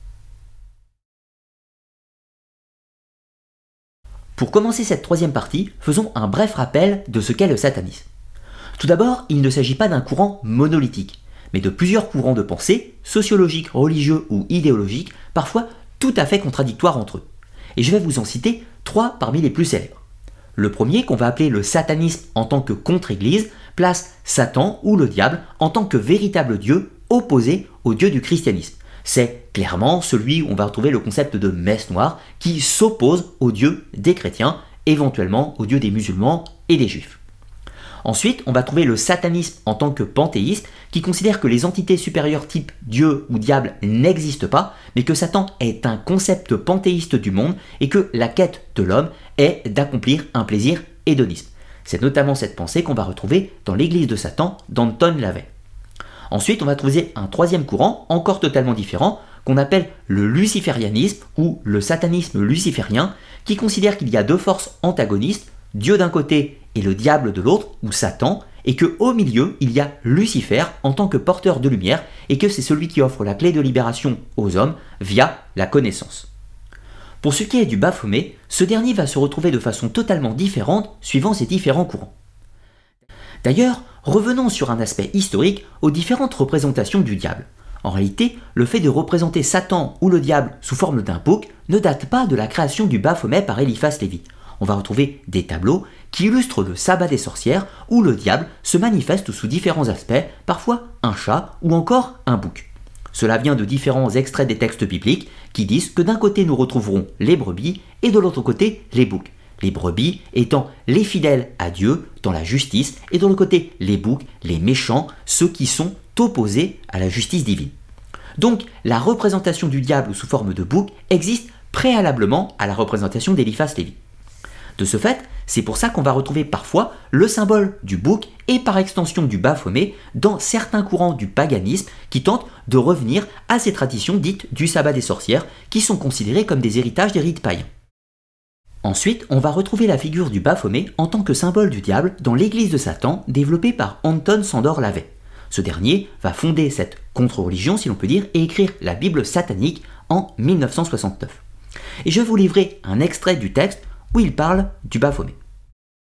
Speaker 1: Pour commencer cette troisième partie, faisons un bref rappel de ce qu'est le satanisme. Tout d'abord, il ne s'agit pas d'un courant monolithique, mais de plusieurs courants de pensée, sociologiques, religieux ou idéologiques, parfois tout à fait contradictoires entre eux. Et je vais vous en citer 3 parmi les plus célèbres. Le premier, qu'on va appeler le satanisme en tant que contre-église, place Satan ou le diable en tant que véritable Dieu opposé au Dieu du christianisme. C'est clairement celui où on va retrouver le concept de messe noire qui s'oppose au Dieu des chrétiens, éventuellement au Dieu des musulmans et des juifs. Ensuite, on va trouver le satanisme en tant que panthéiste qui considère que les entités supérieures type Dieu ou diable n'existent pas, mais que Satan est un concept panthéiste du monde et que la quête de l'homme est d'accomplir un plaisir hédoniste. C'est notamment cette pensée qu'on va retrouver dans l'église de Satan d'Anton LaVey. Ensuite, on va trouver un troisième courant, encore totalement différent, qu'on appelle le luciférianisme ou le satanisme luciférien, qui considère qu'il y a 2 forces antagonistes, Dieu d'un côté et le diable de l'autre, ou Satan, et qu'au milieu, il y a Lucifer en tant que porteur de lumière, et que c'est celui qui offre la clé de libération aux hommes via la connaissance. Pour ce qui est du Baphomet, ce dernier va se retrouver de façon totalement différente suivant ces différents courants. D'ailleurs, revenons sur un aspect historique aux différentes représentations du diable. En réalité, le fait de représenter Satan ou le diable sous forme d'un bouc ne date pas de la création du Baphomet par Eliphas Lévi. On va retrouver des tableaux qui illustrent le sabbat des sorcières où le diable se manifeste sous différents aspects, parfois un chat ou encore un bouc. Cela vient de différents extraits des textes bibliques qui disent que d'un côté nous retrouverons les brebis et de l'autre côté les boucs. Les brebis étant les fidèles à Dieu dans la justice et de l'autre côté les boucs, les méchants, ceux qui sont opposés à la justice divine. Donc la représentation du diable sous forme de bouc existe préalablement à la représentation d'Eliphas Lévi. De ce fait, c'est pour ça qu'on va retrouver parfois le symbole du bouc et par extension du Baphomet dans certains courants du paganisme qui tentent de revenir à ces traditions dites du sabbat des sorcières qui sont considérées comme des héritages des rites païens. Ensuite, on va retrouver la figure du Baphomet en tant que symbole du diable dans l'église de Satan développée par Anton Sándor LaVey. Ce dernier va fonder cette contre-religion, si l'on peut dire, et écrire la Bible satanique en 1969. Et je vais vous livrer un extrait du texte où il parle du Baphomet.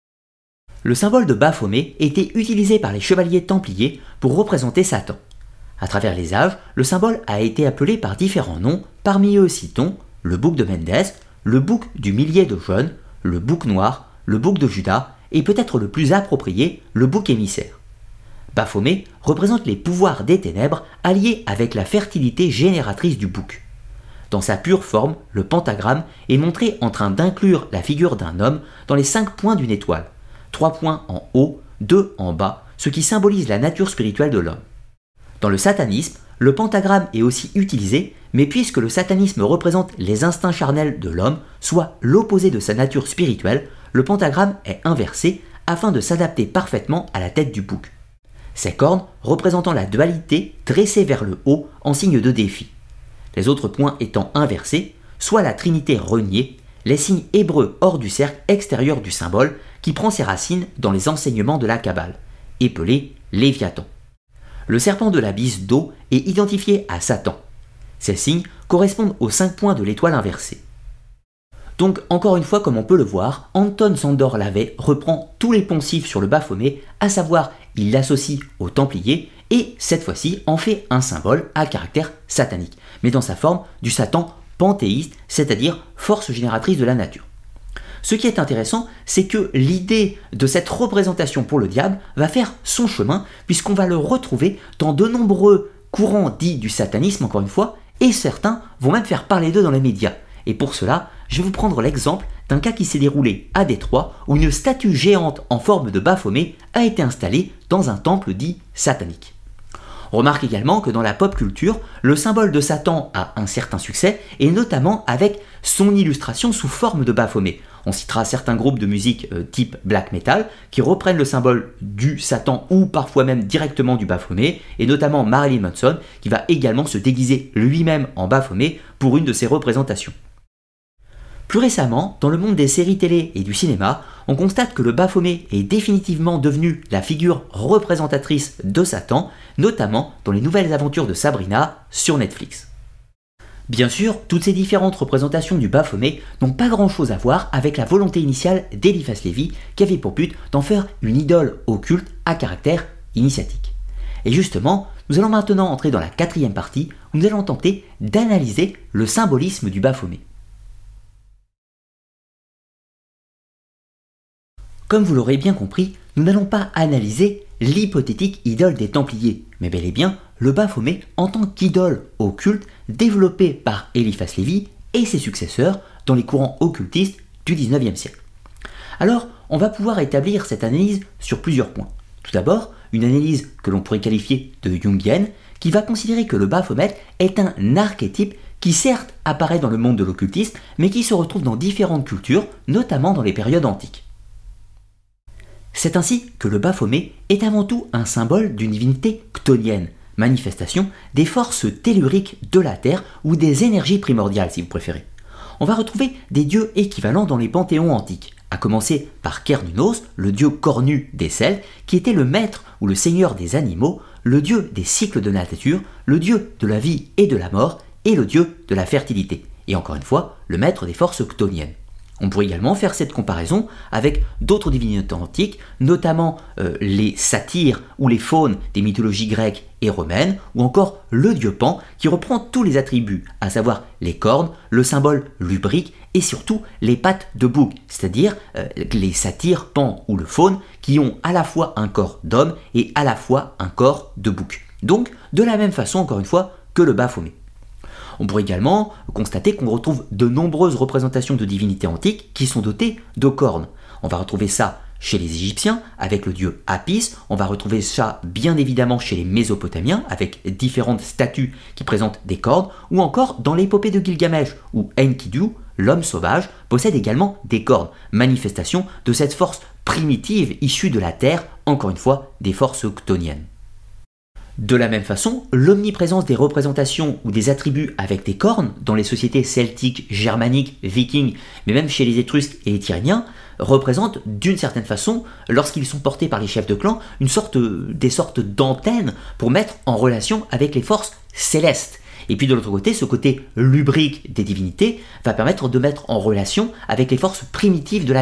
Speaker 1: Le symbole de Baphomet était utilisé par les chevaliers templiers pour représenter Satan. À travers les âges, le symbole a été appelé par différents noms, parmi eux citons le bouc de Mendès, le bouc du millier de jeunes, le bouc noir, le bouc de Judas et peut-être le plus approprié, le bouc émissaire. Baphomet représente les pouvoirs des ténèbres alliés avec la fertilité génératrice du bouc. Dans sa pure forme, le pentagramme est montré en train d'inclure la figure d'un homme dans les 5 points d'une étoile, 3 points en haut, 2 en bas, ce qui symbolise la nature spirituelle de l'homme. Dans le satanisme, le pentagramme est aussi utilisé, mais puisque le satanisme représente les instincts charnels de l'homme, soit l'opposé de sa nature spirituelle, le pentagramme est inversé afin de s'adapter parfaitement à la tête du bouc. Ses cornes représentant la dualité dressées vers le haut en signe de défi. Les autres points étant inversés, soit la trinité reniée, les signes hébreux hors du cercle extérieur du symbole qui prend ses racines dans les enseignements de la Kabbale, épelé Léviathan. Le serpent de l'abysse d'eau est identifié à Satan. Ces signes correspondent aux 5 points de l'étoile inversée. Donc, encore une fois, comme on peut le voir, Anton Szandor Lavey reprend tous les poncifs sur le Baphomet, à savoir, il l'associe aux Templiers et, cette fois-ci, en fait un symbole à caractère satanique, mais dans sa forme du Satan panthéiste, c'est-à-dire force génératrice de la nature. Ce qui est intéressant, c'est que l'idée de cette représentation pour le diable va faire son chemin, puisqu'on va le retrouver dans de nombreux courants dits du satanisme, encore une fois, et certains vont même faire parler d'eux dans les médias. Et pour cela, je vais vous prendre l'exemple d'un cas qui s'est déroulé à Détroit, où une statue géante en forme de Baphomet a été installée dans un temple dit satanique. On remarque également que dans la pop culture, le symbole de Satan a un certain succès, et notamment avec son illustration sous forme de Baphomet. On citera certains groupes de musique type black metal qui reprennent le symbole du Satan ou parfois même directement du Baphomet, et notamment Marilyn Manson qui va également se déguiser lui-même en Baphomet pour une de ses représentations. Plus récemment, dans le monde des séries télé et du cinéma, on constate que le Baphomet est définitivement devenu la figure représentatrice de Satan, notamment dans les nouvelles aventures de Sabrina sur Netflix. Bien sûr, toutes ces différentes représentations du Baphomet n'ont pas grand-chose à voir avec la volonté initiale d'Eliphas Lévi qui avait pour but d'en faire une idole occulte à caractère initiatique. Et justement, nous allons maintenant entrer dans la 4e partie où nous allons tenter d'analyser le symbolisme du Baphomet. Comme vous l'aurez bien compris, nous n'allons pas analyser l'hypothétique idole des Templiers, mais bel et bien le Baphomet en tant qu'idole occulte développée par Eliphas Lévi et ses successeurs dans les courants occultistes du XIXe siècle. Alors, on va pouvoir établir cette analyse sur plusieurs points. Tout d'abord, une analyse que l'on pourrait qualifier de jungienne, qui va considérer que le Baphomet est un archétype qui certes apparaît dans le monde de l'occultisme, mais qui se retrouve dans différentes cultures, notamment dans les périodes antiques. C'est ainsi que le Baphomet est avant tout un symbole d'une divinité chtonienne, manifestation des forces telluriques de la Terre ou des énergies primordiales si vous préférez. On va retrouver des dieux équivalents dans les panthéons antiques, à commencer par Cernunnos, le dieu cornu des Celtes, qui était le maître ou le seigneur des animaux, le dieu des cycles de la nature, le dieu de la vie et de la mort, et le dieu de la fertilité, et encore une fois, le maître des forces chtoniennes. On pourrait également faire cette comparaison avec d'autres divinités antiques, notamment les satyres ou les faunes des mythologies grecques et romaines, ou encore le dieu Pan qui reprend tous les attributs, à savoir les cornes, le symbole lubrique et surtout les pattes de bouc, c'est-à-dire les satyres, Pan ou le faune qui ont à la fois un corps d'homme et à la fois un corps de bouc. Donc de la même façon encore une fois que le Baphomet. On pourrait également constater qu'on retrouve de nombreuses représentations de divinités antiques qui sont dotées de cornes. On va retrouver ça chez les Égyptiens avec le dieu Apis, on va retrouver ça bien évidemment chez les Mésopotamiens avec différentes statues qui présentent des cornes, ou encore dans l'épopée de Gilgamesh où Enkidu, l'homme sauvage, possède également des cornes, manifestation de cette force primitive issue de la terre, encore une fois des forces chtoniennes. De la même façon, l'omniprésence des représentations ou des attributs avec des cornes dans les sociétés celtiques, germaniques, vikings, mais même chez les Étrusques et les Tyréniens, représente d'une certaine façon, lorsqu'ils sont portés par les chefs de clan, des sortes d'antennes pour mettre en relation avec les forces célestes. Et puis de l'autre côté, ce côté lubrique des divinités va permettre de mettre en relation avec les forces primitives de la Terre.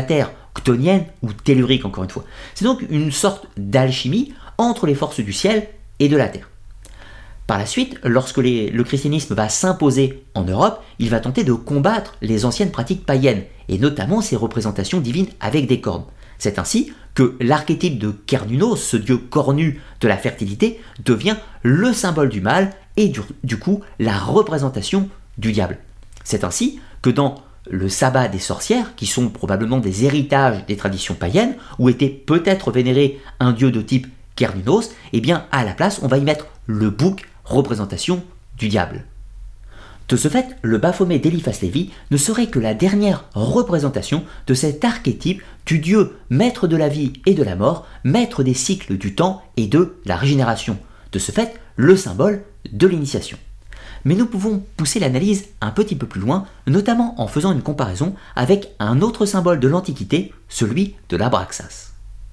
Speaker 1: chtonienne ou tellurique encore une fois. C'est donc une sorte d'alchimie entre les forces du ciel et de la terre. Par la suite, lorsque le christianisme va s'imposer en Europe, il va tenter de combattre les anciennes pratiques païennes, et notamment ces représentations divines avec des cornes. C'est ainsi que l'archétype de Cernunnos, ce dieu cornu de la fertilité, devient le symbole du mal et du coup la représentation du diable. C'est ainsi que dans le sabbat des sorcières, qui sont probablement des héritages des traditions païennes, où était peut-être vénéré un dieu de type Cernunnos, eh bien à la place on va y mettre le bouc, représentation du diable. De ce fait, le Baphomet d'Eliphas Lévi ne serait que la dernière représentation de cet archétype du dieu maître de la vie et de la mort, maître des cycles du temps et de la régénération. De ce fait, le symbole de l'initiation. Mais nous pouvons pousser l'analyse un petit peu plus loin, notamment en faisant une comparaison avec un autre symbole de l'Antiquité, celui de l'Abraxas.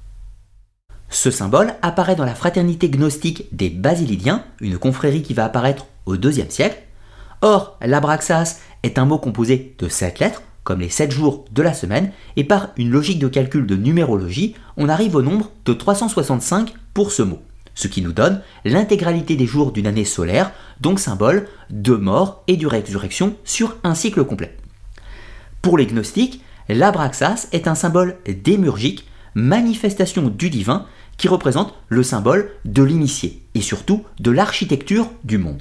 Speaker 1: Ce symbole apparaît dans la fraternité gnostique des Basilidiens, une confrérie qui va apparaître au IIe siècle. Or, l'Abraxas est un mot composé de 7 lettres, comme les 7 jours de la semaine, et par une logique de calcul de numérologie, on arrive au nombre de 365 pour ce mot, ce qui nous donne l'intégralité des jours d'une année solaire, donc symbole de mort et de résurrection sur un cycle complet. Pour les gnostiques, l'Abraxas est un symbole démurgique, manifestation du divin, qui représente le symbole de l'initié, et surtout de l'architecture du monde.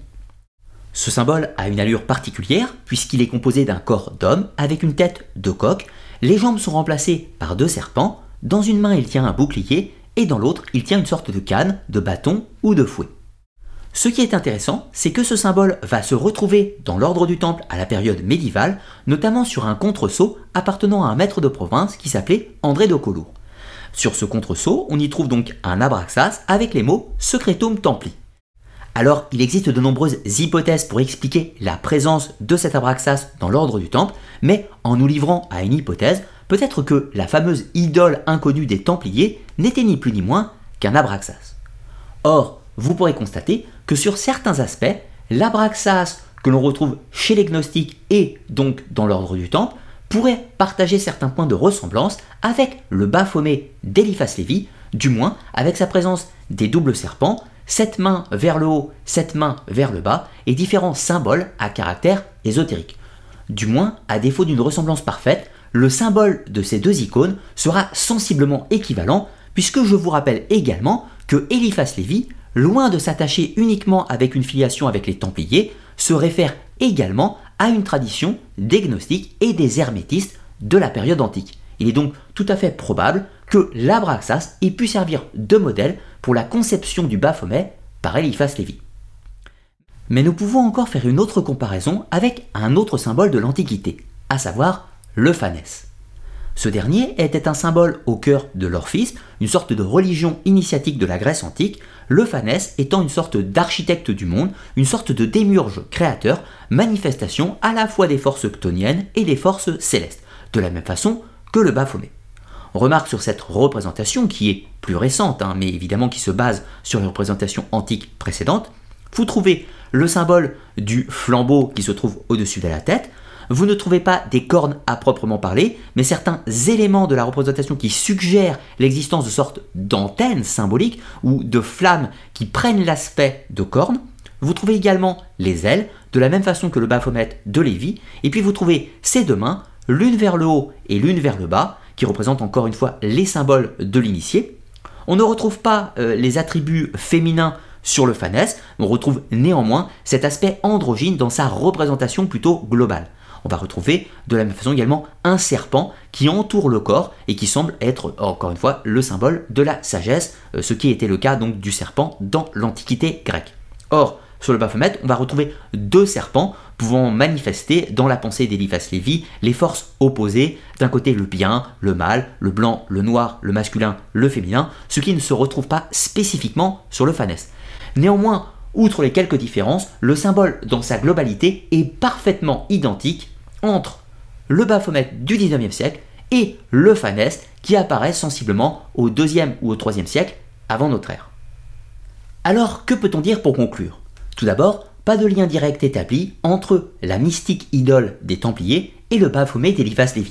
Speaker 1: Ce symbole a une allure particulière puisqu'il est composé d'un corps d'homme avec une tête de coq, les jambes sont remplacées par 2 serpents, dans une main il tient un bouclier et dans l'autre il tient une sorte de canne, de bâton ou de fouet. Ce qui est intéressant, c'est que ce symbole va se retrouver dans l'ordre du Temple à la période médiévale, notamment sur un contresceau appartenant à un maître de province qui s'appelait André de Collioure. Sur ce contresceau, on y trouve donc un Abraxas avec les mots Secretum Templi. Alors, il existe de nombreuses hypothèses pour expliquer la présence de cet Abraxas dans l'ordre du Temple, mais en nous livrant à une hypothèse, peut-être que la fameuse idole inconnue des Templiers n'était ni plus ni moins qu'un Abraxas. Or, vous pourrez constater que sur certains aspects, l'Abraxas que l'on retrouve chez les gnostiques et donc dans l'ordre du Temple pourrait partager certains points de ressemblance avec le Baphomet d'Eliphas Lévi, du moins avec sa présence des doubles serpents, 7 mains vers le haut, 7 mains vers le bas, et différents symboles à caractère ésotérique. Du moins, à défaut d'une ressemblance parfaite, le symbole de ces 2 icônes sera sensiblement équivalent, puisque je vous rappelle également que Eliphas Lévi, loin de s'attacher uniquement avec une filiation avec les Templiers, se réfère également à une tradition des gnostiques et des hermétistes de la période antique. Il est donc tout à fait probable que l'Abraxas ait pu servir de modèle pour la conception du Baphomet par Eliphas Lévi. Mais nous pouvons encore faire une autre comparaison avec un autre symbole de l'Antiquité, à savoir le Phanès. Ce dernier était un symbole au cœur de l'Orphisme, une sorte de religion initiatique de la Grèce antique, le Phanès étant une sorte d'architecte du monde, une sorte de démiurge créateur, manifestation à la fois des forces chtoniennes et des forces célestes, de la même façon que le Baphomet. On remarque sur cette représentation, qui est plus récente, mais évidemment qui se base sur les représentations antiques précédentes, vous trouvez le symbole du flambeau qui se trouve au-dessus de la tête. Vous ne trouvez pas des cornes à proprement parler, mais certains éléments de la représentation qui suggèrent l'existence de sortes d'antennes symboliques ou de flammes qui prennent l'aspect de cornes. Vous trouvez également les ailes, de la même façon que le Baphomet de Lévi, et puis vous trouvez ces 2 mains, l'une vers le haut et l'une vers le bas, qui représentent encore une fois les symboles de l'initié. On ne retrouve pas les attributs féminins sur le Phanès, mais on retrouve néanmoins cet aspect androgyne dans sa représentation plutôt globale. On va retrouver de la même façon également un serpent qui entoure le corps et qui semble être, encore une fois, le symbole de la sagesse, ce qui était le cas donc du serpent dans l'Antiquité grecque. Or, sur le Baphomet, on va retrouver 2 serpents pouvant manifester dans la pensée d'Eliphas Lévi les forces opposées, d'un côté le bien, le mal, le blanc, le noir, le masculin, le féminin, ce qui ne se retrouve pas spécifiquement sur le Phanès. Néanmoins, outre les quelques différences, le symbole dans sa globalité est parfaitement identique entre le Baphomet du XIXe siècle et le Phanès qui apparaît sensiblement au IIe ou au IIIe siècle avant notre ère. Alors, que peut-on dire pour conclure ? Tout d'abord, pas de lien direct établi entre la mystique idole des Templiers et le Baphomet d'Eliphas Lévi.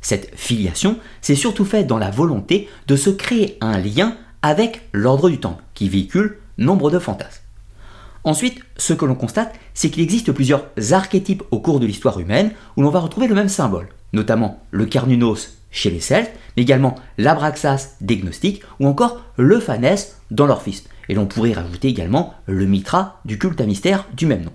Speaker 1: Cette filiation s'est surtout faite dans la volonté de se créer un lien avec l'ordre du Temple, qui véhicule nombre de fantasmes. Ensuite, ce que l'on constate, c'est qu'il existe plusieurs archétypes au cours de l'histoire humaine où l'on va retrouver le même symbole, notamment le Carnunos chez les Celtes, mais également l'Abraxas des Gnostiques ou encore le Phanès dans l'Orphiste. Et l'on pourrait rajouter également le Mithra du culte à mystère du même nom.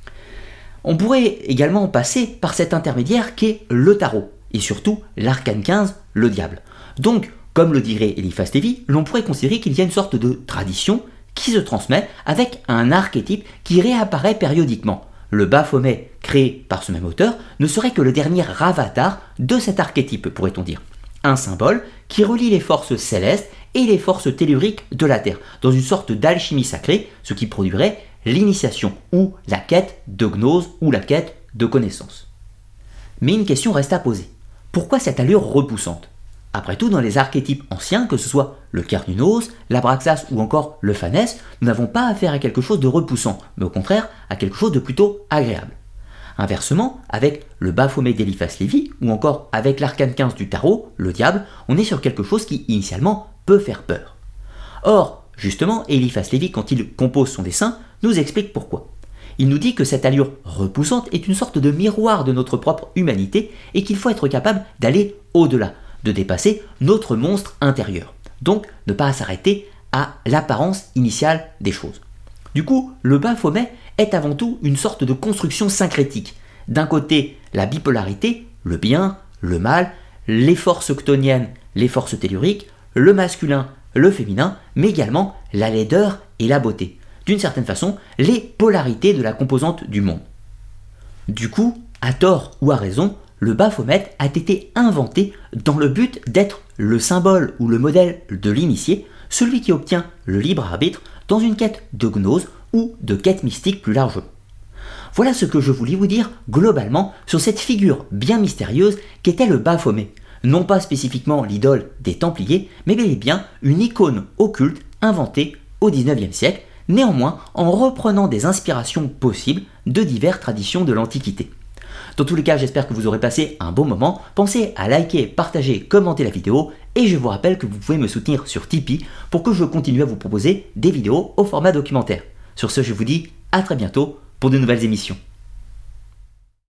Speaker 1: On pourrait également passer par cet intermédiaire qu'est le tarot, et surtout l'arcane 15, le diable. Donc, comme le dirait Eliphas Lévy, l'on pourrait considérer qu'il y a une sorte de tradition qui se transmet avec un archétype qui réapparaît périodiquement. Le Baphomet créé par ce même auteur ne serait que le dernier avatar de cet archétype, pourrait-on dire. Un symbole qui relie les forces célestes et les forces telluriques de la Terre, dans une sorte d'alchimie sacrée, ce qui produirait l'initiation ou la quête de gnose ou la quête de connaissance. Mais une question reste à poser. Pourquoi cette allure repoussante ? Après tout, dans les archétypes anciens, que ce soit le Carnunos, l'Abraxas ou encore le Phanès, nous n'avons pas affaire à quelque chose de repoussant, mais au contraire à quelque chose de plutôt agréable. Inversement, avec le Baphomet d'Eliphas Lévy ou encore avec l'arcane 15 du tarot, le diable, on est sur quelque chose qui initialement peut faire peur. Or, justement, Eliphas Lévy, quand il compose son dessin, nous explique pourquoi. Il nous dit que cette allure repoussante est une sorte de miroir de notre propre humanité et qu'il faut être capable d'aller au-delà, de dépasser notre monstre intérieur. Donc, ne pas s'arrêter à l'apparence initiale des choses. Du coup, le Baphomet est avant tout une sorte de construction syncrétique. D'un côté, la bipolarité, le bien, le mal, les forces chtoniennes, les forces telluriques, le masculin, le féminin, mais également la laideur et la beauté. D'une certaine façon, les polarités de la composante du monde. Du coup, à tort ou à raison, le Baphomet a été inventé dans le but d'être le symbole ou le modèle de l'initié, celui qui obtient le libre arbitre dans une quête de gnose ou de quête mystique plus largement. Voilà ce que je voulais vous dire globalement sur cette figure bien mystérieuse qu'était le Baphomet. Non pas spécifiquement l'idole des Templiers, mais bel et bien une icône occulte inventée au XIXe siècle, néanmoins en reprenant des inspirations possibles de diverses traditions de l'Antiquité. Dans tous les cas, j'espère que vous aurez passé un bon moment. Pensez à liker, partager, commenter la vidéo et je vous rappelle que vous pouvez me soutenir sur Tipeee pour que je continue à vous proposer des vidéos au format documentaire. Sur ce, je vous dis à très bientôt pour de nouvelles émissions.